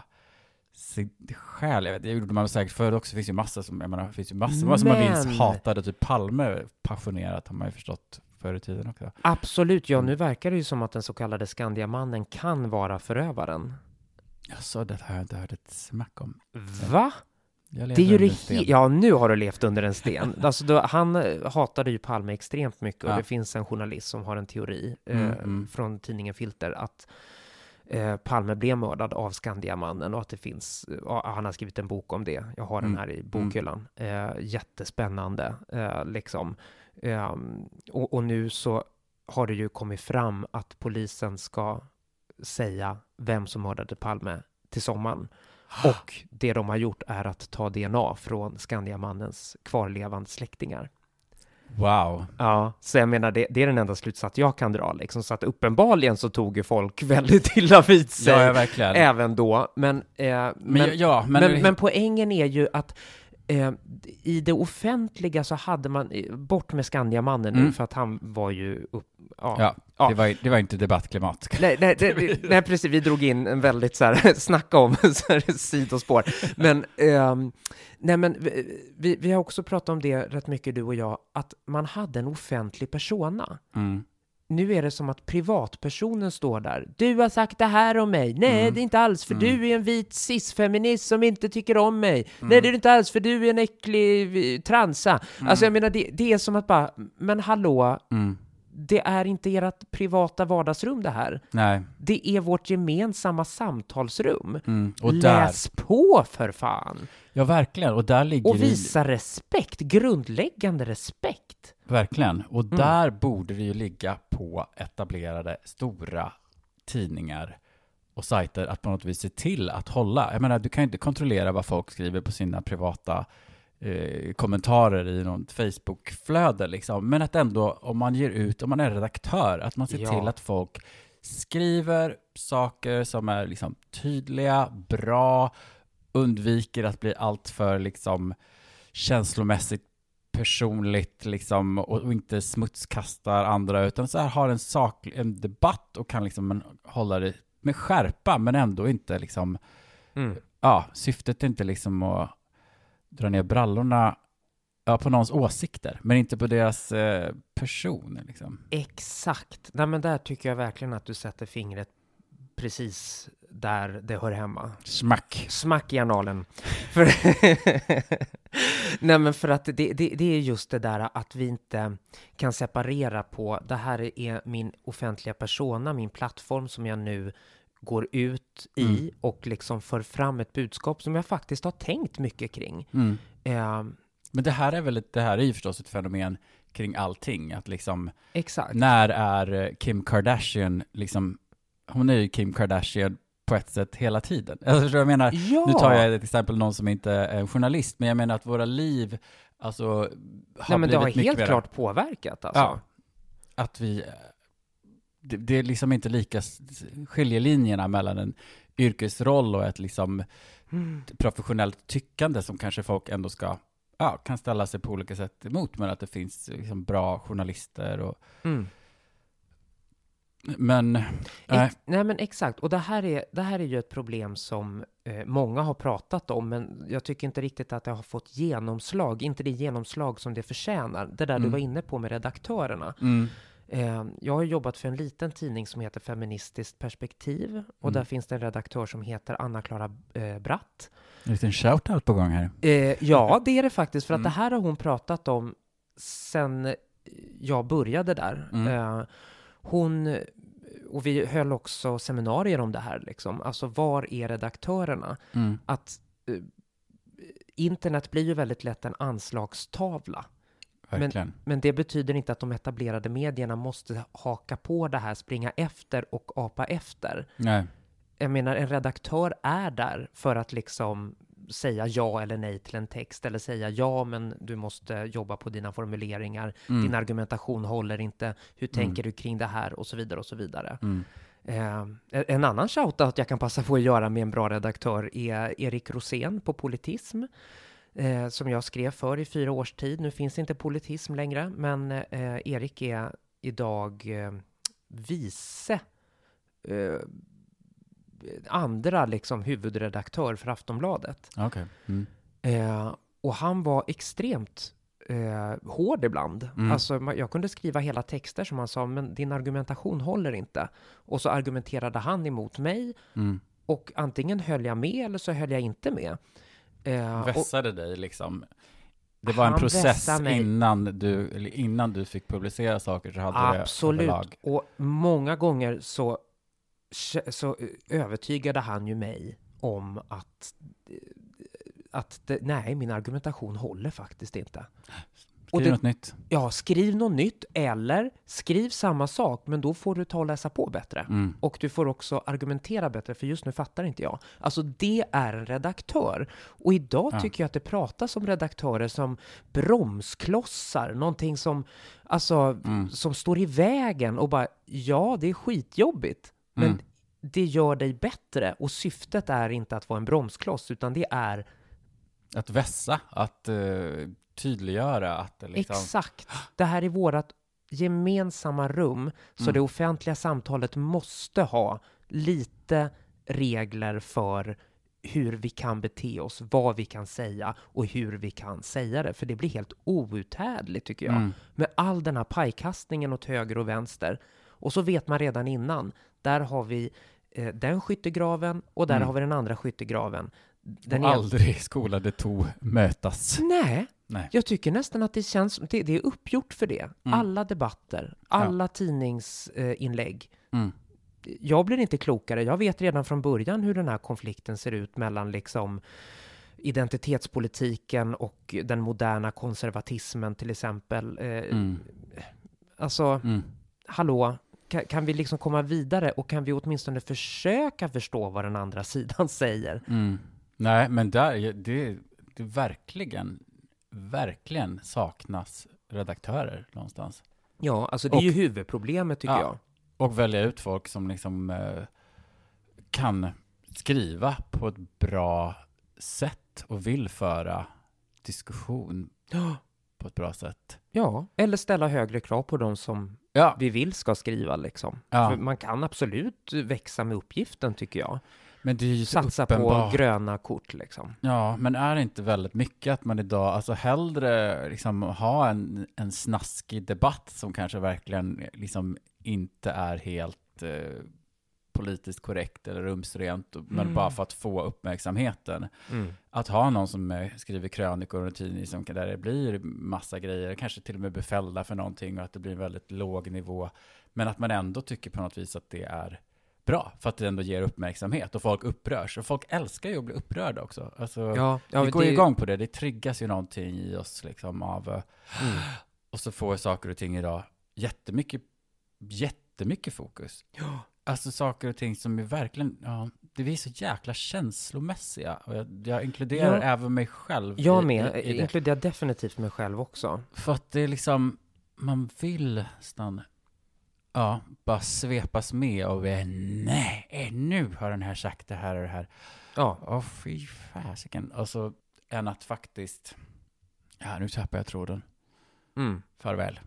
själ, jag vet, det gjorde man säkert förr också. Det finns ju massa som, jag menar, det finns ju massa Men... som man minns hatade, typ Palme passionerat har man ju förstått förr i tiden också. Absolut, ja, nu verkar det ju som att den så kallade Skandiamannen kan vara förövaren. Jag sa det har jag inte hört ett smack om. Va? Det är ju det he- ja, nu har du levt under en sten. Alltså då, han hatade ju Palme extremt mycket och ja. det finns en journalist som har en teori mm, eh, mm. från tidningen Filter att Eh, Palme blev mördad av Skandiamannen och att det finns, ja, han har skrivit en bok om det. Jag har den här i bokhyllan. Eh, jättespännande eh, liksom. Eh, och, och nu så har det ju kommit fram att polisen ska säga vem som mördade Palme till sommaren. Och det de har gjort är att ta D N A från Skandiamannens kvarlevande släktingar. Wow. Ja, så jag menar, det, det är den enda slutsats jag kan dra. Liksom. Så att uppenbarligen så tog ju folk väldigt illa vid sig. Ja, verkligen. Även då. Men, eh, men, men, ja, men, men, men poängen är ju att Eh, I det offentliga så hade man, bort med Skandiamannen nu, Mm. för att han var ju upp, ja, Ja, ja. Det, var, det var inte debattklimat. Nej, nej, det, nej, precis, vi drog in en väldigt så här, snacka om så här, sidospår. Men, ehm, nej, men vi, vi, vi har också pratat om det rätt mycket, du och jag, att man hade en offentlig persona. Mm. Nu är det som att privatpersonen står där. Du har sagt det här om mig. Nej, Mm. det är inte alls, för Mm. du är en vit cis-feminist som inte tycker om mig. Mm. Nej, det är inte alls, för du är en äcklig eh, transa. Mm. Alltså jag menar, det, det är som att bara, men hallå, Mm. det är inte ert privata vardagsrum det här. Nej. Det är vårt gemensamma samtalsrum. Mm. Och Läs där, på för fan! ja, verkligen. Och där ligger Och vi... visa respekt, grundläggande respekt. Verkligen. Och Mm. där borde det ju ligga på etablerade stora tidningar och sajter att på något vis se till att hålla. Jag menar, du kan ju inte kontrollera vad folk skriver på sina privata eh, kommentarer i något Facebook-flöde liksom. Men att ändå, om man ger ut, om man är redaktör, att man ser Ja. till att folk skriver saker som är liksom tydliga, bra, undviker att bli allt för liksom känslomässigt personligt liksom, och, och inte smutskastar andra, utan så här har en sak, en debatt och kan liksom en, hålla det med skärpa, men ändå inte liksom Mm. ja, syftet är inte liksom att dra ner brallorna, ja, på någons åsikter, men inte på deras eh, person liksom. Exakt. Nej, men där tycker jag verkligen att du sätter fingret precis där det hör hemma. Smack. Smack i analen. För Nej, men för att det, det, det är just det där att vi inte kan separera på, det här är min offentliga persona, min plattform som jag nu går ut i Mm. och liksom för fram ett budskap som jag faktiskt har tänkt mycket kring. Mm. Eh, Men det här är väl ett, det här är ju förstås ett fenomen kring allting, att liksom exakt. när är Kim Kardashian liksom, hon är ju Kim Kardashian på ett sätt hela tiden. Alltså, jag menar, Ja. nu tar jag ett exempel, någon som inte är en journalist, men jag menar att våra liv alltså har Nej, men det har blivit mycket helt mer- klart påverkat alltså. Ja. Att vi, det, det är liksom inte lika s- skiljelinjerna mellan en yrkesroll och ett liksom Mm. professionellt tyckande som kanske folk ändå ska, ja, kan ställa sig på olika sätt emot, men att det finns liksom bra journalister och Mm. men nej. Ex- nej men exakt, och det här är, det här är ju ett problem som eh, många har pratat om, men jag tycker inte riktigt att det har fått genomslag, inte det genomslag som det förtjänar. Det där Mm. du var inne på med redaktörerna. Mm. Eh, jag har jobbat för en liten tidning som heter Feministiskt perspektiv, och Mm. där finns det en redaktör som heter Anna-Klara eh, Bratt. En liten shoutout på gång här. Eh, ja, det är det faktiskt, för att Mm. det här har hon pratat om sen jag började där. Mm. Eh, hon, och vi höll också seminarier om det här, liksom. Alltså, var är redaktörerna? Mm. Att eh, internet blir ju väldigt lätt en anslagstavla. Verkligen. Men det betyder inte att de etablerade medierna måste haka på det här, springa efter och apa efter. Nej. Jag menar, en redaktör är där för att liksom säga ja eller nej till en text, eller säga ja, men du måste jobba på dina formuleringar, Mm. din argumentation håller inte, hur tänker Mm. du kring det här, och så vidare och så vidare. Mm. Eh, en annan shoutout jag kan passa på att göra med en bra redaktör är Erik Rosén på Politism, eh, som jag skrev för i fyra års tid. Nu finns inte Politism längre, men eh, Erik är idag eh, vice eh, andra liksom huvudredaktör för Aftonbladet. Okej. Mm. Eh, och han var extremt eh, hård ibland. Mm. Alltså, ma- jag kunde skriva hela texter som han sa, men din argumentation håller inte. Och så argumenterade han emot mig, Mm. och antingen höll jag med eller så höll jag inte med. Eh, och, Vässade dig liksom. Det var en Han process vässade mig. innan du, eller innan du fick publicera saker, så hade absolut. det överlag. Och många gånger så, så övertygade han ju mig om att, att det, nej, min argumentation håller faktiskt inte. Och Skriv det, något nytt. ja, skriv något nytt, eller skriv samma sak, men då får du ta och läsa på bättre. Mm. Och du får också argumentera bättre, för just nu fattar inte jag. Alltså, det är en redaktör. Och idag Ja. tycker jag att det pratas om redaktörer som bromsklossar, någonting som, alltså, Mm. som står i vägen, och bara, ja, det är skitjobbigt, men Mm. det gör dig bättre. Och syftet är inte att vara en bromskloss, utan det är att vässa, att uh, tydliggöra. Att det liksom... Exakt. Det här är vårat gemensamma rum, så mm. det offentliga samtalet måste ha lite regler för hur vi kan bete oss, vad vi kan säga och hur vi kan säga det. För det blir helt outhärdligt tycker jag. Mm. Med all den här pajkastningen åt höger och vänster. Och så vet man redan innan, där har vi eh, den skyttegraven och där mm. har vi den andra skyttegraven. Den och är... aldrig skolade to mötas. Nej. Nej, jag tycker nästan att det känns, det, det är uppgjort för det. Mm. Alla debatter, alla ja. tidningsinlägg. Eh, mm. Jag blir inte klokare. Jag vet redan från början hur den här konflikten ser ut mellan liksom identitetspolitiken och den moderna konservatismen till exempel. Eh, mm. Alltså, mm. hallå, kan, kan vi liksom komma vidare och kan vi åtminstone försöka förstå vad den andra sidan säger? Mm. Nej, men där, det, det verkligen, verkligen saknas redaktörer någonstans. Ja, alltså det och, är ju huvudproblemet tycker ja. jag. Och välja ut folk som liksom eh, kan skriva på ett bra sätt och vill föra diskussion ja. på ett bra sätt. Ja, eller ställa högre krav på de som ja. vi vill ska skriva liksom. Ja. För man kan absolut växa med uppgiften tycker jag. Men det är ju satsa uppenbar... på gröna kort liksom. Ja, men är det inte väldigt mycket att man idag, alltså hellre liksom ha en, en snaskig debatt som kanske verkligen liksom inte är helt eh, politiskt korrekt eller rumsrent, mm. men bara för att få uppmärksamheten. Mm. Att ha någon som eh, skriver krönikor och tidning som, där det blir massa grejer, kanske till och med befällda för någonting och att det blir en väldigt låg nivå. Men att man ändå tycker på något vis att det är bra, för att det ändå ger uppmärksamhet och folk upprörs. Och folk älskar ju att bli upprörda också. Alltså, ja, ja, vi går det... igång på det. Det triggas ju någonting i oss liksom av... Mm. Och så får saker och ting idag jättemycket, jättemycket fokus. Ja. Alltså saker och ting som är verkligen... Ja, det är så jäkla känslomässiga. Och jag, jag inkluderar ja. även mig själv. Jag i, med. I, i jag inkluderar definitivt mig själv också. För att det är liksom... Man vill stanna... Ja, bara svepas med och vi, nej, nu har den här sagt det här och det här. Ja. Åh, fy fasiken. Och så än att faktiskt, ja, nu tappar jag tråden. Mm. Farväl.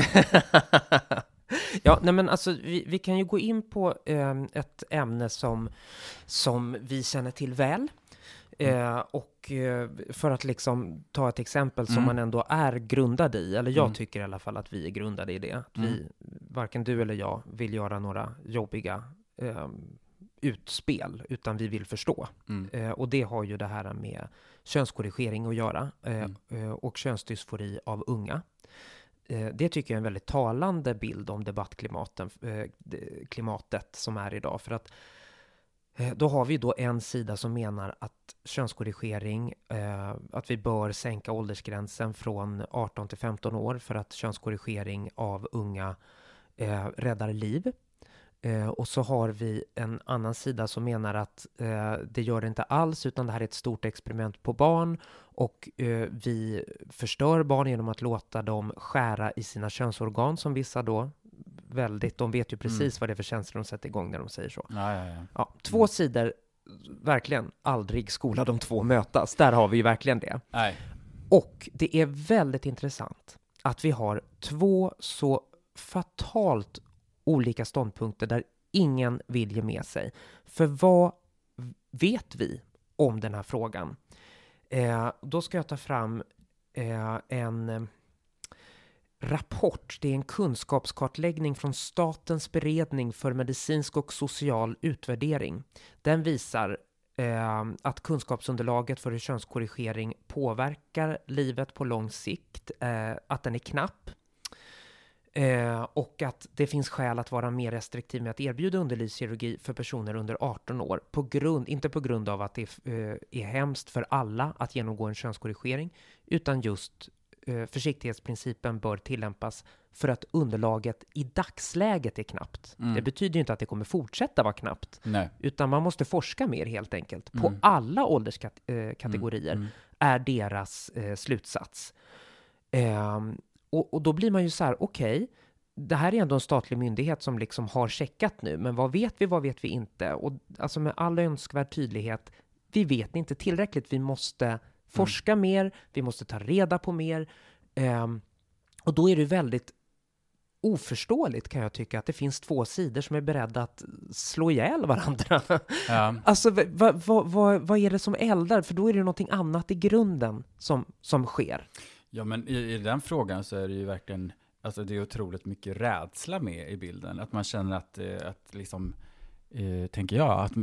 Ja, nej men alltså vi, vi kan ju gå in på eh, ett ämne som, som vi känner till väl. Eh, och eh, för att liksom ta ett exempel som mm. man ändå är grundad i, eller jag mm. tycker i alla fall att vi är grundade i det. Att mm. vi, varken du eller jag vill göra några jobbiga eh, utspel, utan vi vill förstå. Mm. Eh, och det har ju det här med könskorrigering att göra eh, mm. och könsdysfori av unga. Eh, det tycker jag är en väldigt talande bild om debattklimatet eh, klimatet som är idag. För att då har vi då en sida som menar att könskorrigering, eh, att vi bör sänka åldersgränsen från arton till femton år för att könskorrigering av unga eh, räddar liv. Eh, och så har vi en annan sida som menar att eh, det gör det inte alls, utan det här är ett stort experiment på barn och eh, vi förstör barn genom att låta dem skära i sina könsorgan, som vissa då väldigt, de vet ju precis mm. vad det är för känslor de sätter igång när de säger så. Ja, ja, ja. Ja, två mm. sidor, verkligen aldrig skola de två mötas. Där har vi ju verkligen det. Nej. Och det är väldigt intressant att vi har två så fatalt olika ståndpunkter där ingen vill ge med sig. För vad vet vi om den här frågan? Eh, då ska jag ta fram eh, en rapport. Det är en kunskapskartläggning från Statens beredning för medicinsk och social utvärdering. Den visar eh, att kunskapsunderlaget för hur könskorrigering påverkar livet på lång sikt, eh, att den är knapp. Eh, och att det finns skäl att vara mer restriktiv med att erbjuda underlivskirurgi för personer under arton år. På grund, inte på grund av att det är, eh, är hemskt för alla att genomgå en könskorrigering, utan just eh, försiktighetsprincipen bör tillämpas för att underlaget i dagsläget är knappt. Mm. Det betyder ju inte att det kommer fortsätta vara knappt. Nej. Utan man måste forska mer helt enkelt. Mm. På alla ålderskategorier mm. Mm. är deras eh, slutsats. Eh, Och, och då blir man ju så här, okej, okay, det här är ändå en statlig myndighet som liksom har checkat nu, men vad vet vi, vad vet vi inte? Och alltså med all önskvärd tydlighet, vi vet inte tillräckligt, vi måste Forska mm. mer, vi måste ta reda på mer. Um, och då är det väldigt oförståeligt kan jag tycka att det finns två sidor som är beredda att slå ihjäl varandra. Ja. Alltså vad va, va, va är det som eldar? För då är det någonting annat i grunden som, som sker. Ja, men i, i den frågan så är det ju verkligen, alltså det är otroligt mycket rädsla med i bilden. Att man känner att, att liksom, eh, tänker jag, att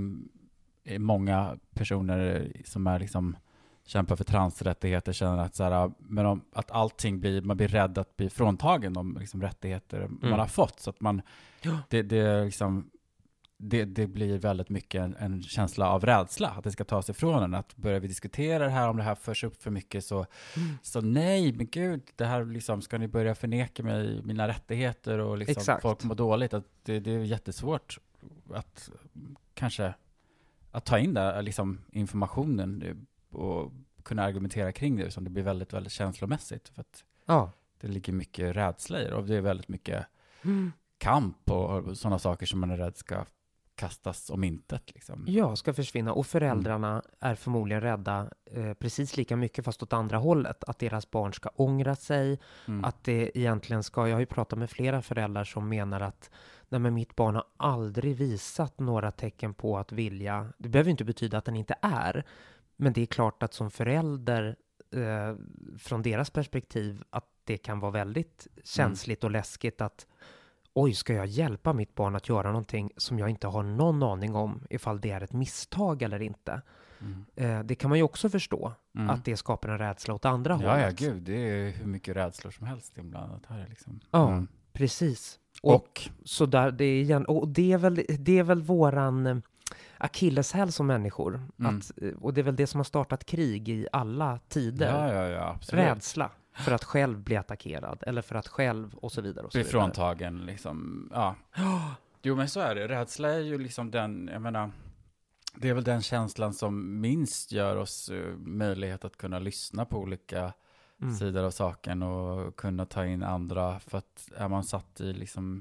eh, många personer som är liksom kämpar för transrättigheter känner att, så här, men om, att allting blir, man blir rädd att bli fråntagen de liksom, rättigheter mm. man har fått. Så att man, ja. det, det, liksom, det, det blir väldigt mycket en, en känsla av rädsla, att det ska tas ifrån en. Att börjar vi diskutera det här, om det här förs upp för mycket så, mm. så nej, men gud, det här liksom, ska ni börja förneka mig mina rättigheter och liksom, folk mår dåligt. Att det, det är jättesvårt att kanske att ta in där, liksom, informationen och kunna argumentera kring det, som det blir väldigt, väldigt känslomässigt. För att ja. det ligger mycket rädsla i det, och det är väldigt mycket mm. kamp och sådana saker som man är rädd ska kastas om intet. Liksom. Ja, ska försvinna. Och föräldrarna mm. är förmodligen rädda eh, precis lika mycket, fast åt andra hållet. Att deras barn ska ångra sig. Mm. Att det egentligen ska, jag har ju pratat med flera föräldrar som menar att nej, men mitt barn har aldrig visat några tecken på att vilja. Det behöver inte betyda att den inte är. Men det är klart att som förälder, eh, från deras perspektiv, att det kan vara väldigt känsligt mm. och läskigt att oj, ska jag hjälpa mitt barn att göra någonting som jag inte har någon aning om ifall det är ett misstag eller inte. Mm. Eh, det kan man ju också förstå, mm. att det skapar en rädsla åt andra ja, hållet. Ja, gud, det är hur mycket rädslor som helst inblandat här. Liksom. Ja, mm. precis. Och, och så där, det är igen, och det är väl, det är väl våran akilleshäl som människor. Mm. Att, och det är väl det som har startat krig i alla tider. Ja, ja, ja, absolut. Rädsla för att själv bli attackerad. Eller för att själv och så vidare. Och så bli vidare. fråntagen liksom. Ja. Jo, men så är det. Rädsla är ju liksom den, jag menar, det är väl den känslan som minst gör oss uh, möjlighet att kunna lyssna på olika mm. sidor av saken och kunna ta in andra. För att är man satt i liksom,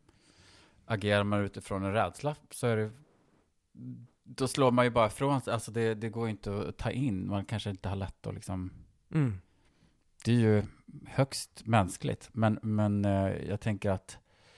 agerar man utifrån en rädsla, så är det, då slår man ju bara ifrån sig. Alltså det, det går inte att ta in. Man kanske inte har lätt att liksom mm. det är ju högst mänskligt. Men, men eh, jag tänker att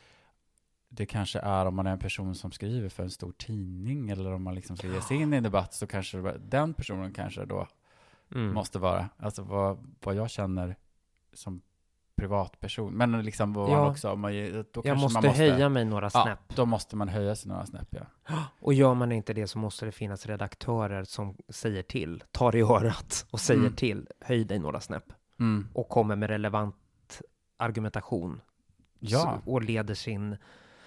det kanske är, om man är en person som skriver för en stor tidning, eller om man liksom ska ge sig in i en debatt, så kanske det, den personen kanske då mm. måste vara, alltså vad, vad jag känner som privatperson. Men liksom vad ja. man också, om man, då jag måste, man måste höja mig några snäpp. Ja, då måste man höja sig några snäpp, ja. Och gör man inte det, så måste det finnas redaktörer som säger till, tar i örat och säger mm. till, höj dig några snäpp. Mm. Och kommer med relevant argumentation. Ja. Så, och leder sin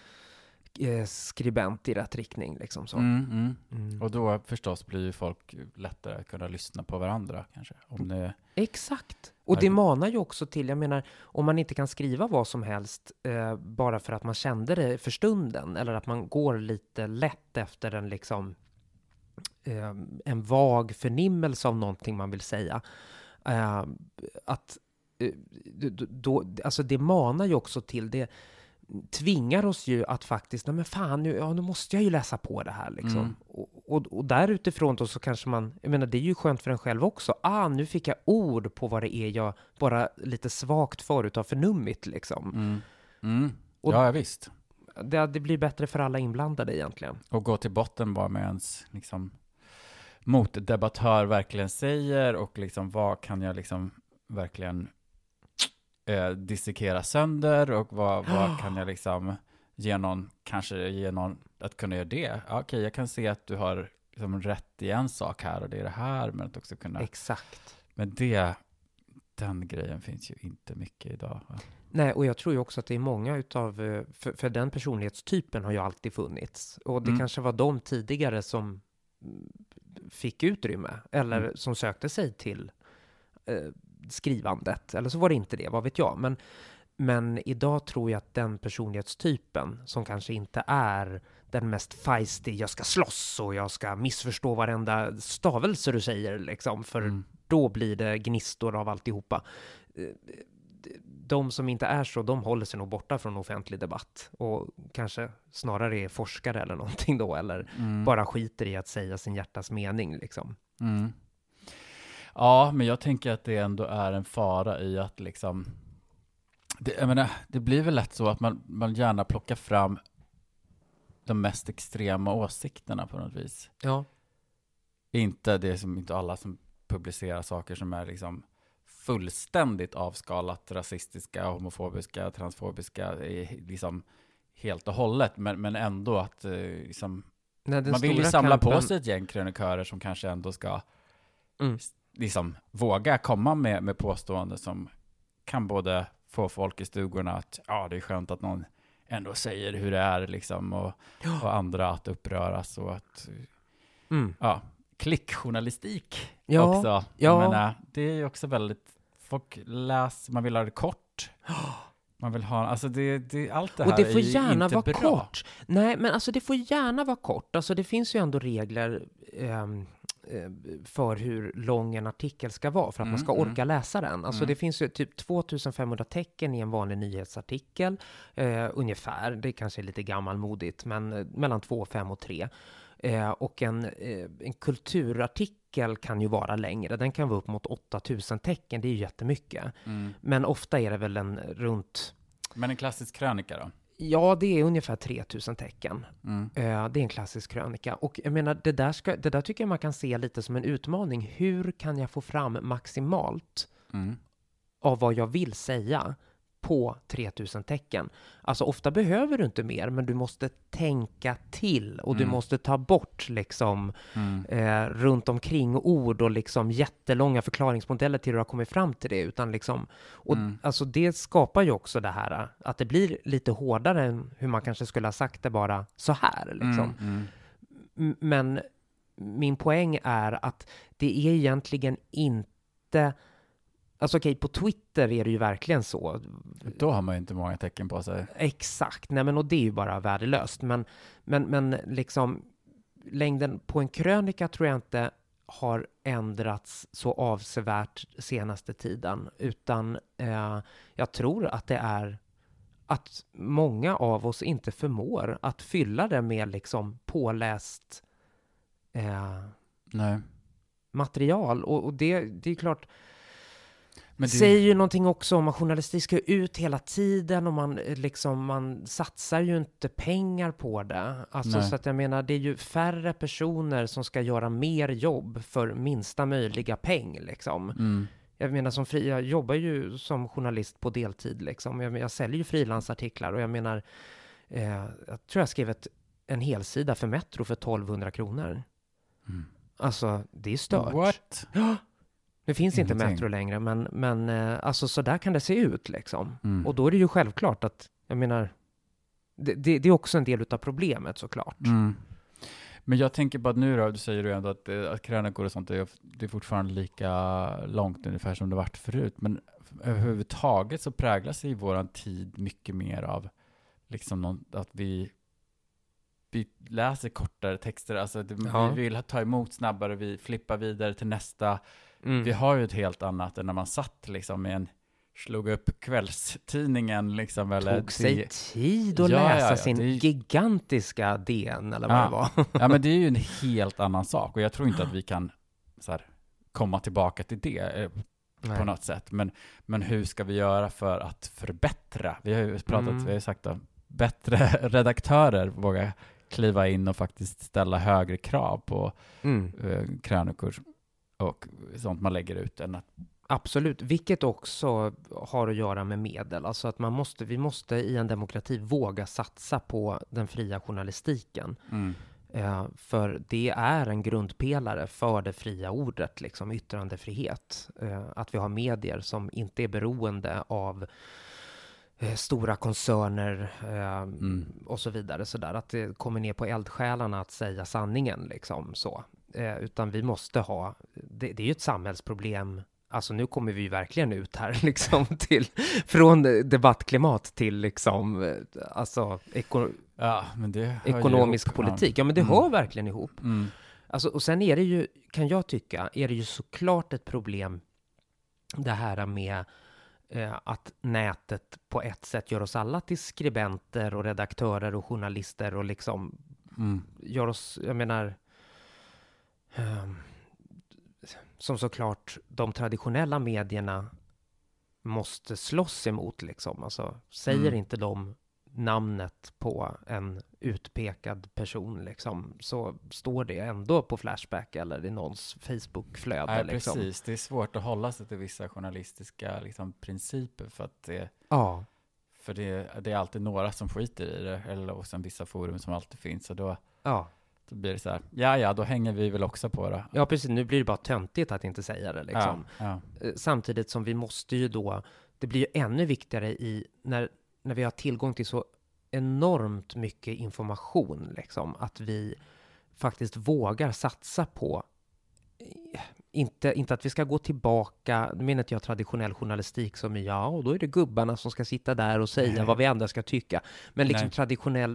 eh, skribent i rätt riktning. Liksom så. Mm, mm. Mm. Och då förstås blir ju folk lättare att kunna lyssna på varandra kanske. Om det... Exakt. Och det manar ju också till, jag menar, om man inte kan skriva vad som helst eh, bara för att man kände det för stunden, eller att man går lite lätt efter en liksom eh, en vag förnimmelse av någonting man vill säga. Uh, att uh, då, alltså det manar ju också till, det tvingar oss ju att faktiskt, nej men fan, nu, ja, nu måste jag ju läsa på det här liksom. Mm. Och, och, och där utifrån då så kanske man, jag menar, det är ju skönt för en själv också. Ah, nu fick jag ord på vad det är jag bara lite svagt förut har förnummit liksom. Mm. Mm. Och ja, visst. Det, det blir bättre för alla inblandade egentligen. Och gå till botten bara med ens liksom motdebattör verkligen säger, och liksom vad kan jag liksom verkligen eh, dissekera sönder, och vad, vad kan jag liksom ge någon, kanske ge någon att kunna göra det. Ja, okej, jag kan se att du har liksom rätt i en sak här, och det är det här, men att också kunna... Exakt. Men det, den grejen finns ju inte mycket idag. Va? Nej, och jag tror ju också att det är många utav, för, för den personlighetstypen har ju alltid funnits. Och det mm. kanske var de tidigare som fick utrymme, eller mm. som sökte sig till eh, skrivandet, eller så var det inte det, vad vet jag, men, men idag tror jag att den personlighetstypen som kanske inte är den mest feisty, jag ska slåss och jag ska missförstå varenda stavelse du säger liksom, för mm. då blir det gnistor av alltihopa. De som inte är så, de håller sig nog borta från offentlig debatt, och kanske snarare är forskare eller någonting då, eller mm. bara skiter i att säga sin hjärtas mening liksom. Mm. Ja, men jag tänker att det ändå är en fara i att liksom, det, jag menar, det blir väl lätt så att man, man gärna plockar fram de mest extrema åsikterna på något vis. Ja. Inte det som, inte alla som publicerar saker som är liksom fullständigt avskalat rasistiska, homofobiska, transfobiska, liksom helt och hållet, men, men ändå att liksom, Nej, man vill ju samla kampen... på sig ett gäng krönikörer som kanske ändå ska mm. liksom våga komma med, med påstående som kan både få folk i stugorna att ja, det är skönt att någon ändå säger hur det är liksom, och, ja. och andra att uppröras och att mm. ja, klickjournalistik ja. också. Ja. Jag menar, det är ju också väldigt, folk läser, man vill ha det kort. Man vill ha, alltså det, det, allt det här och det får är gärna inte vara bra. Kort. Nej, men alltså det får gärna vara kort. Alltså det finns ju ändå regler eh, för hur lång en artikel ska vara för att mm, man ska orka mm. läsa den. Alltså mm. det finns ju typ tvåtusenfemhundra tecken i en vanlig nyhetsartikel. Eh, ungefär, det kanske är lite gammalmodigt, men eh, mellan två, fem och tre. Eh, och en, eh, en kulturartikel kan ju vara längre. Den kan vara upp mot åttatusen tecken. Det är ju jättemycket. Mm. Men ofta är det väl en runt... Men en klassisk krönika då? Ja, det är ungefär tre tusen tecken. Mm. Eh, det är en klassisk krönika. Och jag menar, det där, ska, det där tycker jag man kan se lite som en utmaning. Hur kan jag få fram maximalt mm. av vad jag vill säga på tre tusen tecken? Alltså ofta behöver du inte mer, men du måste tänka till och mm. du måste ta bort liksom mm. eh, runt omkring ord och liksom jättelånga förklaringsmodeller till hur du har kommit fram till det, utan liksom, och mm. alltså det skapar ju också det här att det blir lite hårdare än hur man kanske skulle ha sagt det bara så här liksom. Mm. Mm. Men min poäng är att det är egentligen inte. Alltså okej, okay, på Twitter är det ju verkligen så. Då har man ju inte många tecken på sig. Exakt, nej men och det är ju bara värdelöst. Men, men, men liksom längden på en krönika tror jag inte har ändrats så avsevärt senaste tiden. Utan eh, jag tror att det är att många av oss inte förmår att fylla det med liksom påläst eh, nej. material. Och, och det, det är klart... Men det säger ju någonting också om att journalistik ska ut hela tiden och man, liksom, man satsar ju inte pengar på det. Alltså, så att jag menar, det är ju färre personer som ska göra mer jobb för minsta möjliga peng. Liksom. Mm. Jag menar, som fri, jag jobbar ju som journalist på deltid. Liksom. Jag, jag säljer ju frilansartiklar och jag menar, eh, jag tror jag skrev ett, en helsida för Metro för tolvhundra kronor. Mm. Alltså, det är stört. What? Ja. Det finns inte Metro längre, men, men eh, alltså så där kan det se ut liksom. Mm. Och då är det ju självklart att, jag menar, det, det, det är också en del av problemet såklart. Mm. Men jag tänker bara nu då, du säger ju ändå att, att krönikor och sånt, är, det är fortfarande lika långt ungefär som det varit förut. Men överhuvudtaget så präglas i våran tid mycket mer av liksom någon, att vi, vi läser kortare texter. Alltså det, ja. Vi vill ta emot snabbare, vi flippar vidare till nästa. Mm. Vi har ju ett helt annat än när man satt liksom med en, slog upp kvällstidningen liksom. Eller tog sig det, tid att ja, läsa ja, ja, sin är, gigantiska D N eller vad ja, det var. Ja, men det är ju en helt annan sak och jag tror inte att vi kan så här, komma tillbaka till det eh, på något sätt. Men, men hur ska vi göra för att förbättra? Vi har ju pratat, mm. vi har ju sagt att bättre redaktörer vågar kliva in och faktiskt ställa högre krav på mm. eh, krönikor och sånt man lägger ut än att... Absolut, vilket också har att göra med medel. Alltså att man måste, vi måste i en demokrati våga satsa på den fria journalistiken. Mm. Eh, för det är en grundpelare för det fria ordet, liksom yttrandefrihet. Eh, att vi har medier som inte är beroende av eh, stora koncerner eh, mm. och så vidare. Så där. Att det kommer ner på eldsjälarna att säga sanningen liksom så. Eh, utan vi måste ha, det, det är ju ett samhällsproblem, alltså nu kommer vi ju verkligen ut här liksom till, från debattklimat till liksom, alltså eko, ja, men det ekonomisk politik, ja men det mm. hör verkligen ihop. Mm. Alltså, och sen är det ju, kan jag tycka, är det ju såklart ett problem det här med eh, att nätet på ett sätt gör oss alla till skribenter och redaktörer och journalister och liksom mm. gör oss, jag menar, Um, som såklart de traditionella medierna måste slåss emot liksom. Alltså, säger mm. inte de namnet på en utpekad person liksom, så står det ändå på Flashback eller i någons Facebook-flöde. Nej, liksom. Precis, det är svårt att hålla sig till vissa journalistiska liksom, principer för att det, ja. för det, det är alltid några som skiter i det, eller och sen vissa forum som alltid finns, så då, ja. då blir det så här, ja ja, då hänger vi väl också på det. Ja precis, nu blir det bara töntigt att inte säga det liksom. Ja, ja. Samtidigt som vi måste ju då, det blir ju ännu viktigare i när när vi har tillgång till så enormt mycket information, liksom, att vi faktiskt vågar satsa på, inte, inte att vi ska gå tillbaka, nu menar inte jag traditionell journalistik som ja, och då är det gubbarna som ska sitta där och säga Nej. vad vi andra ska tycka, men liksom Nej. traditionell,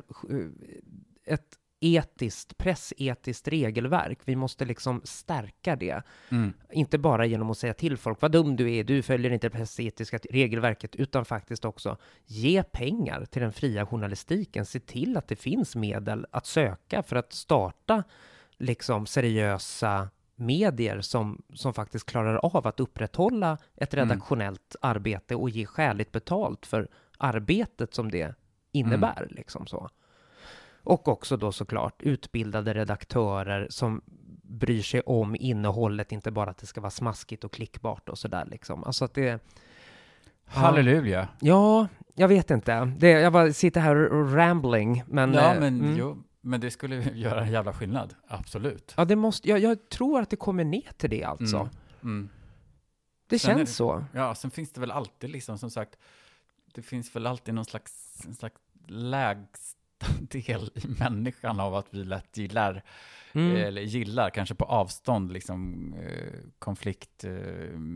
ett etiskt, pressetiskt regelverk. Vi måste liksom stärka det. Mm. Inte bara genom att säga till folk vad dum du är, du följer inte det pressetiska regelverket, utan faktiskt också ge pengar till den fria journalistiken. Se till att det finns medel att söka för att starta liksom seriösa medier som, som faktiskt klarar av att upprätthålla ett redaktionellt mm. arbete och ge skäligt betalt för arbetet som det innebär. Mm. Liksom så. Och också då såklart utbildade redaktörer som bryr sig om innehållet, inte bara att det ska vara smaskigt och klickbart och sådär liksom. Alltså att det... Halleluja! Ja, jag vet inte. Det, jag bara sitter här och rambling, men... Ja, men, mm. jo, men det skulle göra en jävla skillnad. Absolut. Ja, det måste... Jag, jag tror att det kommer ner till det alltså. Mm. Mm. Det sen känns det, så. Ja, sen finns det väl alltid liksom, som sagt, det finns väl alltid någon slags, en slags lägst del i människan av att vi lätt gillar mm. eller gillar kanske på avstånd liksom eh, konflikt. Eh,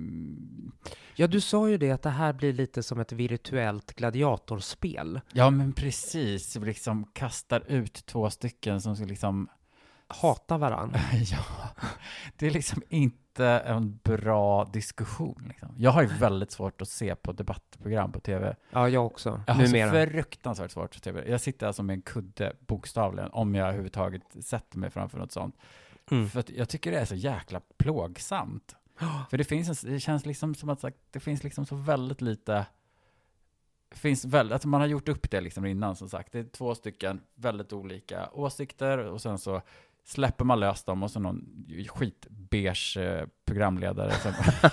ja, du sa ju det att det här blir lite som ett virtuellt gladiatorspel. Ja, men precis, liksom kastar ut två stycken som ska liksom hata varandra. Ja, det är liksom inte en bra diskussion. Liksom. Jag har ju väldigt svårt att se på debattprogram på tv. Ja, jag också. Jag har Numera. så fruktansvärt svårt på tv. Jag sitter alltså med en kudde bokstavligen om jag överhuvudtaget sätter mig framför något sånt. Mm. För att jag tycker det är så jäkla plågsamt. För det finns en, det känns liksom som att det finns liksom så väldigt lite finns väldigt, alltså man har gjort upp det liksom innan som sagt. Det är två stycken väldigt olika åsikter och sen så släpper man lös dem och så någon skitbeige programledare som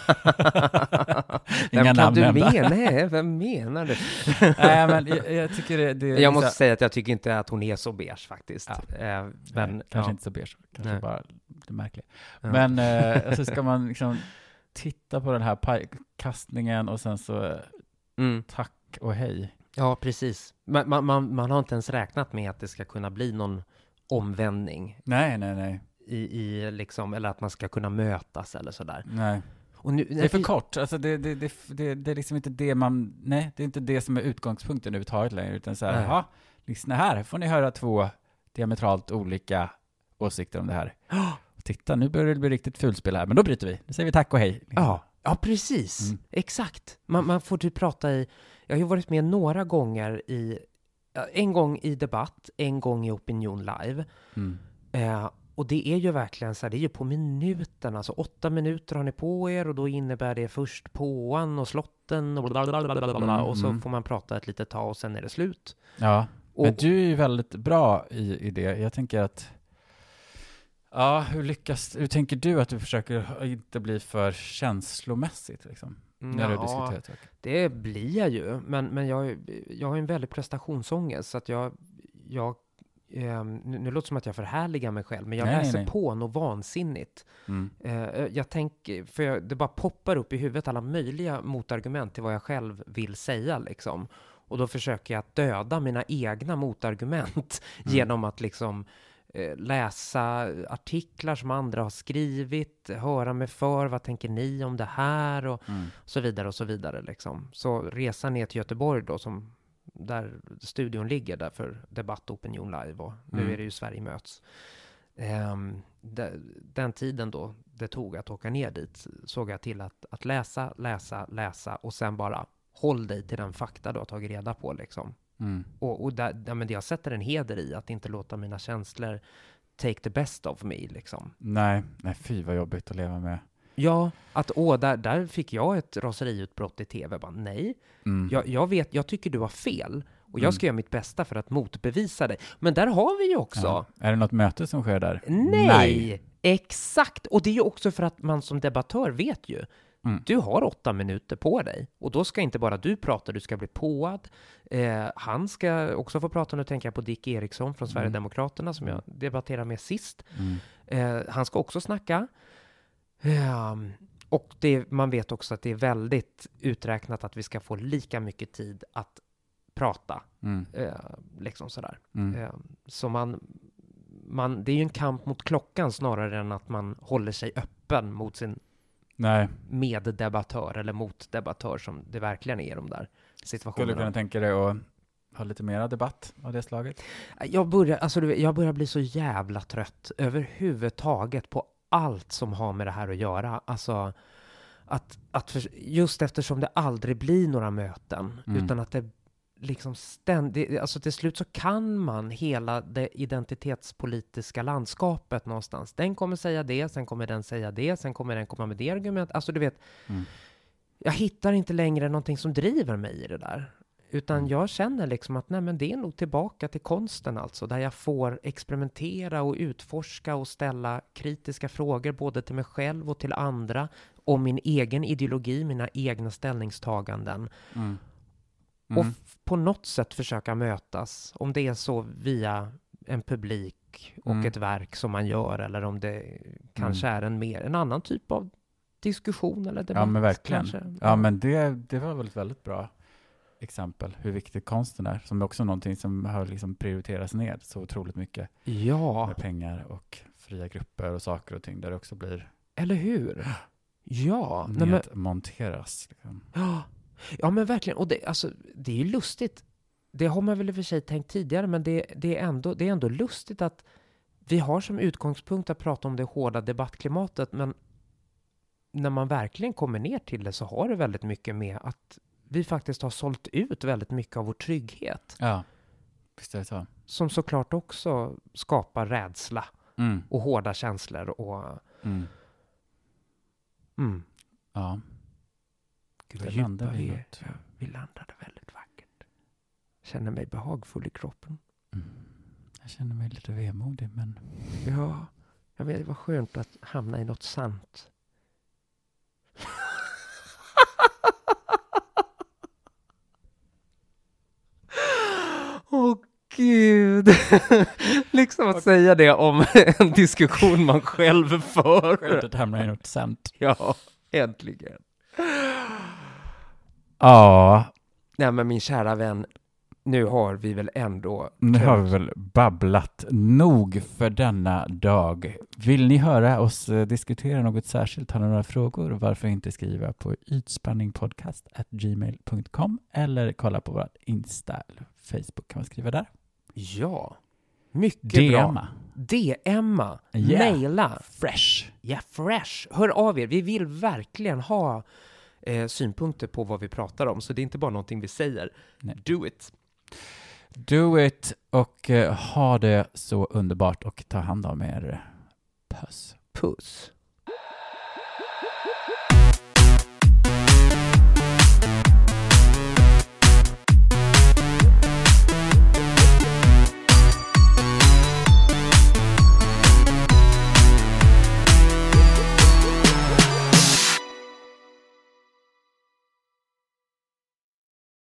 Vem kan namn du mena? Nej, vem menar du? Nej, men jag, jag tycker det, det Jag måste så... säga att jag tycker inte att hon är så beige faktiskt. Ja. Eh, men, Nej, kanske ja. inte så beige, kanske Nej. bara lite märklig. Ja. Men eh, alltså ska man liksom titta på den här pajkastningen och sen så mm. tack och hej. Ja, precis. Man, man, man, man har inte ens räknat med att det ska kunna bli någon omvändning. Nej, nej, nej. I, i liksom, eller att man ska kunna mötas eller sådär. Nej. Och nu, det är för vi... kort. Alltså det, det, det, det, det är liksom inte det man... Nej, det är inte det som är utgångspunkten överhuvudtaget längre. Utan så här, jaha, lyssna här. Får ni höra två diametralt olika åsikter om det här. Oh. Och titta, nu börjar det bli riktigt fulspel här. Men då bryter vi. Nu säger vi tack och hej. Ja, ja precis. Mm. Exakt. Man, man får typ prata i... Jag har ju varit med några gånger i... En gång i debatt, en gång i Opinion Live. Mm. Eh, och det är ju verkligen så här, det är ju på minuten, alltså åtta minuter har ni på er och då innebär det först påan och slotten och blablabla, mm, och så mm. får man prata ett litet tag och sen är det slut. Ja, och, men du är ju väldigt bra i, i det. Jag tänker att, ja, hur lyckas, hur tänker du att du försöker inte bli för känslomässigt liksom? När du ja, diskuterar det blir jag ju. Men, men jag, jag har en väldigt prestationsångest. Så att jag, jag eh, nu, nu låter det som att jag förhärligar mig själv. Men jag nej, läser nej, nej. på något vansinnigt. Mm. Eh, jag tänker, för jag, det bara poppar upp i huvudet alla möjliga motargument till vad jag själv vill säga. Liksom. Och då försöker jag döda mina egna motargument mm. genom att liksom läsa artiklar som andra har skrivit, höra mig för, vad tänker ni om det här och mm. så vidare och så vidare liksom. Så resan ner till Göteborg då, som där studion ligger där för Debatt Opinion Live och mm. nu är det ju Sverige möts. Um, de, den tiden då det tog att åka ner dit såg jag till att, att läsa, läsa, läsa och sen bara håll dig till den fakta du har tagit reda på liksom. Mm. Och, och där, ja, men jag sätter en heder i att inte låta mina känslor take the best of me liksom. Nej, nej fy vad jobbigt att leva med. Ja, att åh, där, där fick jag ett raseriutbrott i tv. Bara, nej, mm. jag, jag vet, jag tycker du har fel. Och jag ska mm. göra mitt bästa för att motbevisa dig. Men där har vi ju också... Ja. Är det något möte som sker där? Nej, nej, exakt. Och det är ju också för att man som debattör vet ju. Mm. Du har åtta minuter på dig. Och då ska inte bara du prata, du ska bli påad. Eh, han ska också få prata, nu tänker jag på Dick Eriksson från Sverigedemokraterna som jag debatterade med sist. Mm. Eh, han ska också snacka. Eh, och det, man vet också att det är väldigt uträknat att vi ska få lika mycket tid att prata. Mm. Eh, liksom sådär. Mm. Eh, så man, man, det är ju en kamp mot klockan snarare än att man håller sig öppen mot sin Nej. meddebattör eller motdebattör som det verkligen är i de där situationerna. Skulle du kunna tänka dig att ha lite mera debatt av det slaget? Jag börjar, alltså, jag börjar bli så jävla trött överhuvudtaget på allt som har med det här att göra. Alltså att, att för, just eftersom det aldrig blir några möten mm. utan att det liksom ständigt, alltså till slut så kan man hela det identitetspolitiska landskapet någonstans. Den kommer säga det, sen kommer den säga det, sen kommer den komma med det argument. Alltså du vet, mm. jag hittar inte längre någonting som driver mig i det där. Utan mm. jag känner liksom att nej, men det är nog tillbaka till konsten alltså, där jag får experimentera och utforska och ställa kritiska frågor både till mig själv och till andra om min egen ideologi, mina egna ställningstaganden. Mm. Mm. Och f- på något sätt försöka mötas, om det är så via en publik och mm. ett verk som man gör, eller om det kanske mm. är en, mer, en annan typ av diskussion eller debatt. Ja, men verkligen. Kanske. Ja, ja men det, det var väl ett väldigt bra exempel hur viktig konsten är, som är också någonting som har liksom prioriterats ner så otroligt mycket. Ja. Med pengar och fria grupper och saker och ting där det också blir... Eller hur? Ja. Nedmonteras. Liksom. Ja. Ja, men verkligen. Och det, alltså, det är ju lustigt. Det har man väl i och för sig tänkt tidigare, men det, det, är ändå, det är ändå lustigt att vi har som utgångspunkt att prata om det hårda debattklimatet, men när man verkligen kommer ner till det så har det väldigt mycket med att vi faktiskt har sålt ut väldigt mycket av vår trygghet. Ja, visst är det så. Som såklart också skapar rädsla mm. och hårda känslor. Och, mm. Mm. Ja. Gud, vad djupa vi är. Ja, vi landade väldigt vackert. Känner mig behagfull i kroppen. Mm. Jag känner mig lite vemodig, men... Ja, jag vet, det var skönt att hamna i något sant. Åh oh, gud. Liksom att säga det om en diskussion man själv för. Skönt att hamna i något sant. Ja, äntligen. Ja. Nej, men min kära vän, nu har vi väl ändå... Nu har vi väl babblat nog för denna dag. Vill ni höra oss diskutera något särskilt? Har ni några frågor? Varför inte skriva på ytspanningpodcast at gmail dot com eller kolla på vårt Insta eller Facebook kan man skriva där. Ja, mycket D M-a. bra. D M-a. Yeah. Maila. Fresh. Ja, yeah, fresh. Hör av er. Vi vill verkligen ha eh, synpunkter på vad vi pratar om. Så det är inte bara någonting vi säger. Nej. Do it. Do it och uh, ha det så underbart och ta hand om er. Puss. Puss.